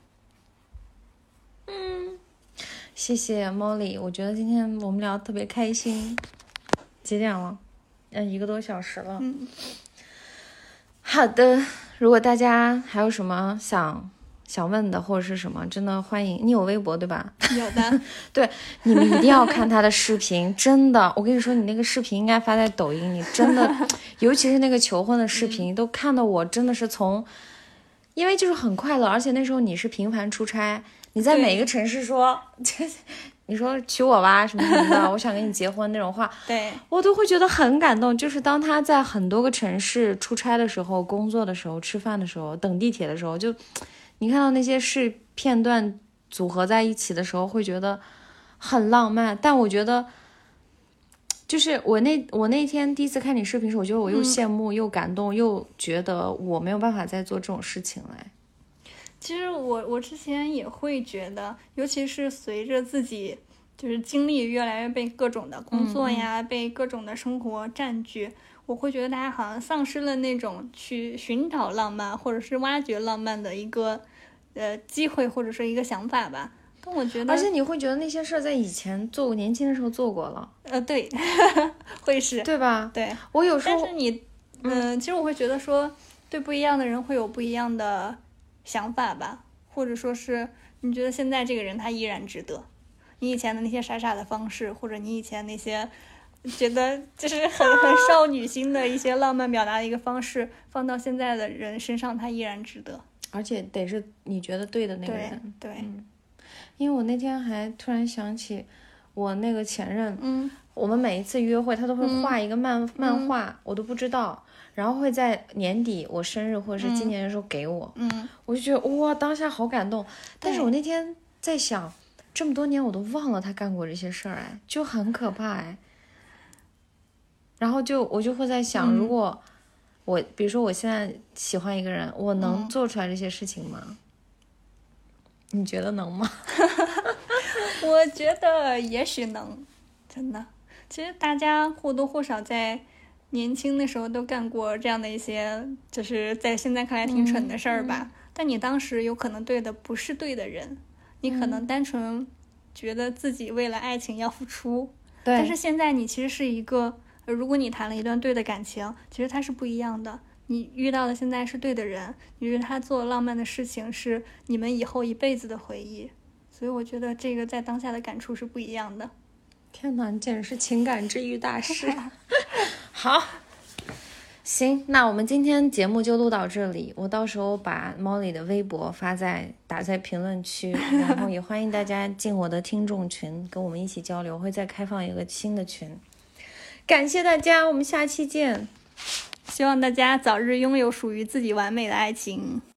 谢谢 Molly， 我觉得今天我们聊得特别开心。几点了？1个多小时了。好的，如果大家还有什么想问的或者是什么，真的欢迎。你有微博对吧？ 有的。 对，你们一定要看他的视频，真的，我跟你说，你那个视频应该发在抖音，你真的尤其是那个求婚的视频，都看得我真的是因为就是很快乐，而且那时候你是频繁出差，你在每一个城市说你说娶我吧什么什么的，我想跟你结婚那种话， 对， 我都会觉得很感动。就是当他在很多个城市出差的时候、工作的时候、吃饭的时候、等地铁的时候，就你看到那些片段组合在一起的时候，会觉得很浪漫。但我觉得就是我那天第一次看你视频时，我觉得我又羡慕又感动，又觉得我没有办法再做这种事情了。 其实我之前也会觉得，尤其是随着自己就是精力越来越被各种的工作呀，被各种的生活占据，我会觉得大家好像丧失了那种去寻找浪漫或者是挖掘浪漫的一个机会或者是一个想法吧。但我觉得， 而且你会觉得那些事儿在以前做过，年轻的时候做过了。 对，会是， 对吧？ 对， 我有时候， 但是你，其实我会觉得说，对不一样的人会有不一样的想法吧，或者说是你觉得现在这个人他依然值得，你以前的那些傻傻的方式，或者你以前那些觉得就是很少女心的一些浪漫表达的一个方式，放到现在的人身上，他依然值得， 而且得是你觉得对的那个人。 对， 因为我那天还突然想起我那个前任，我们每一次约会他都会画一个漫画，我都不知道，然后会在年底我生日或者是纪念的时候给我，我就觉得哇，当下好感动。但是我那天在想，这么多年我都忘了他干过这些事儿，就很可怕。然后我就会在想，如果比如说我现在喜欢一个人，我能做出来这些事情吗？你觉得能吗？ 我觉得也许能，真的。其实大家或多或少在年轻的时候都干过这样的一些，就是在现在看来挺蠢的事儿吧。但你当时有可能对的不是对的人，你可能单纯觉得自己为了爱情要付出。 对。 但是现在你其实是一个，如果你谈了一段对的感情，其实它是不一样的。你遇到的现在是对的人，你觉得他做浪漫的事情是你们以后一辈子的回忆，所以我觉得这个在当下的感触是不一样的。 天哪，你简直是情感治愈大师。好，行，那我们今天节目就录到这里，我到时候把 Molly 的微博打在评论区，然后也欢迎大家进我的听众群跟我们一起交流，会再开放一个新的群。感谢大家，我们下期见。 希望大家早日拥有属于自己完美的爱情。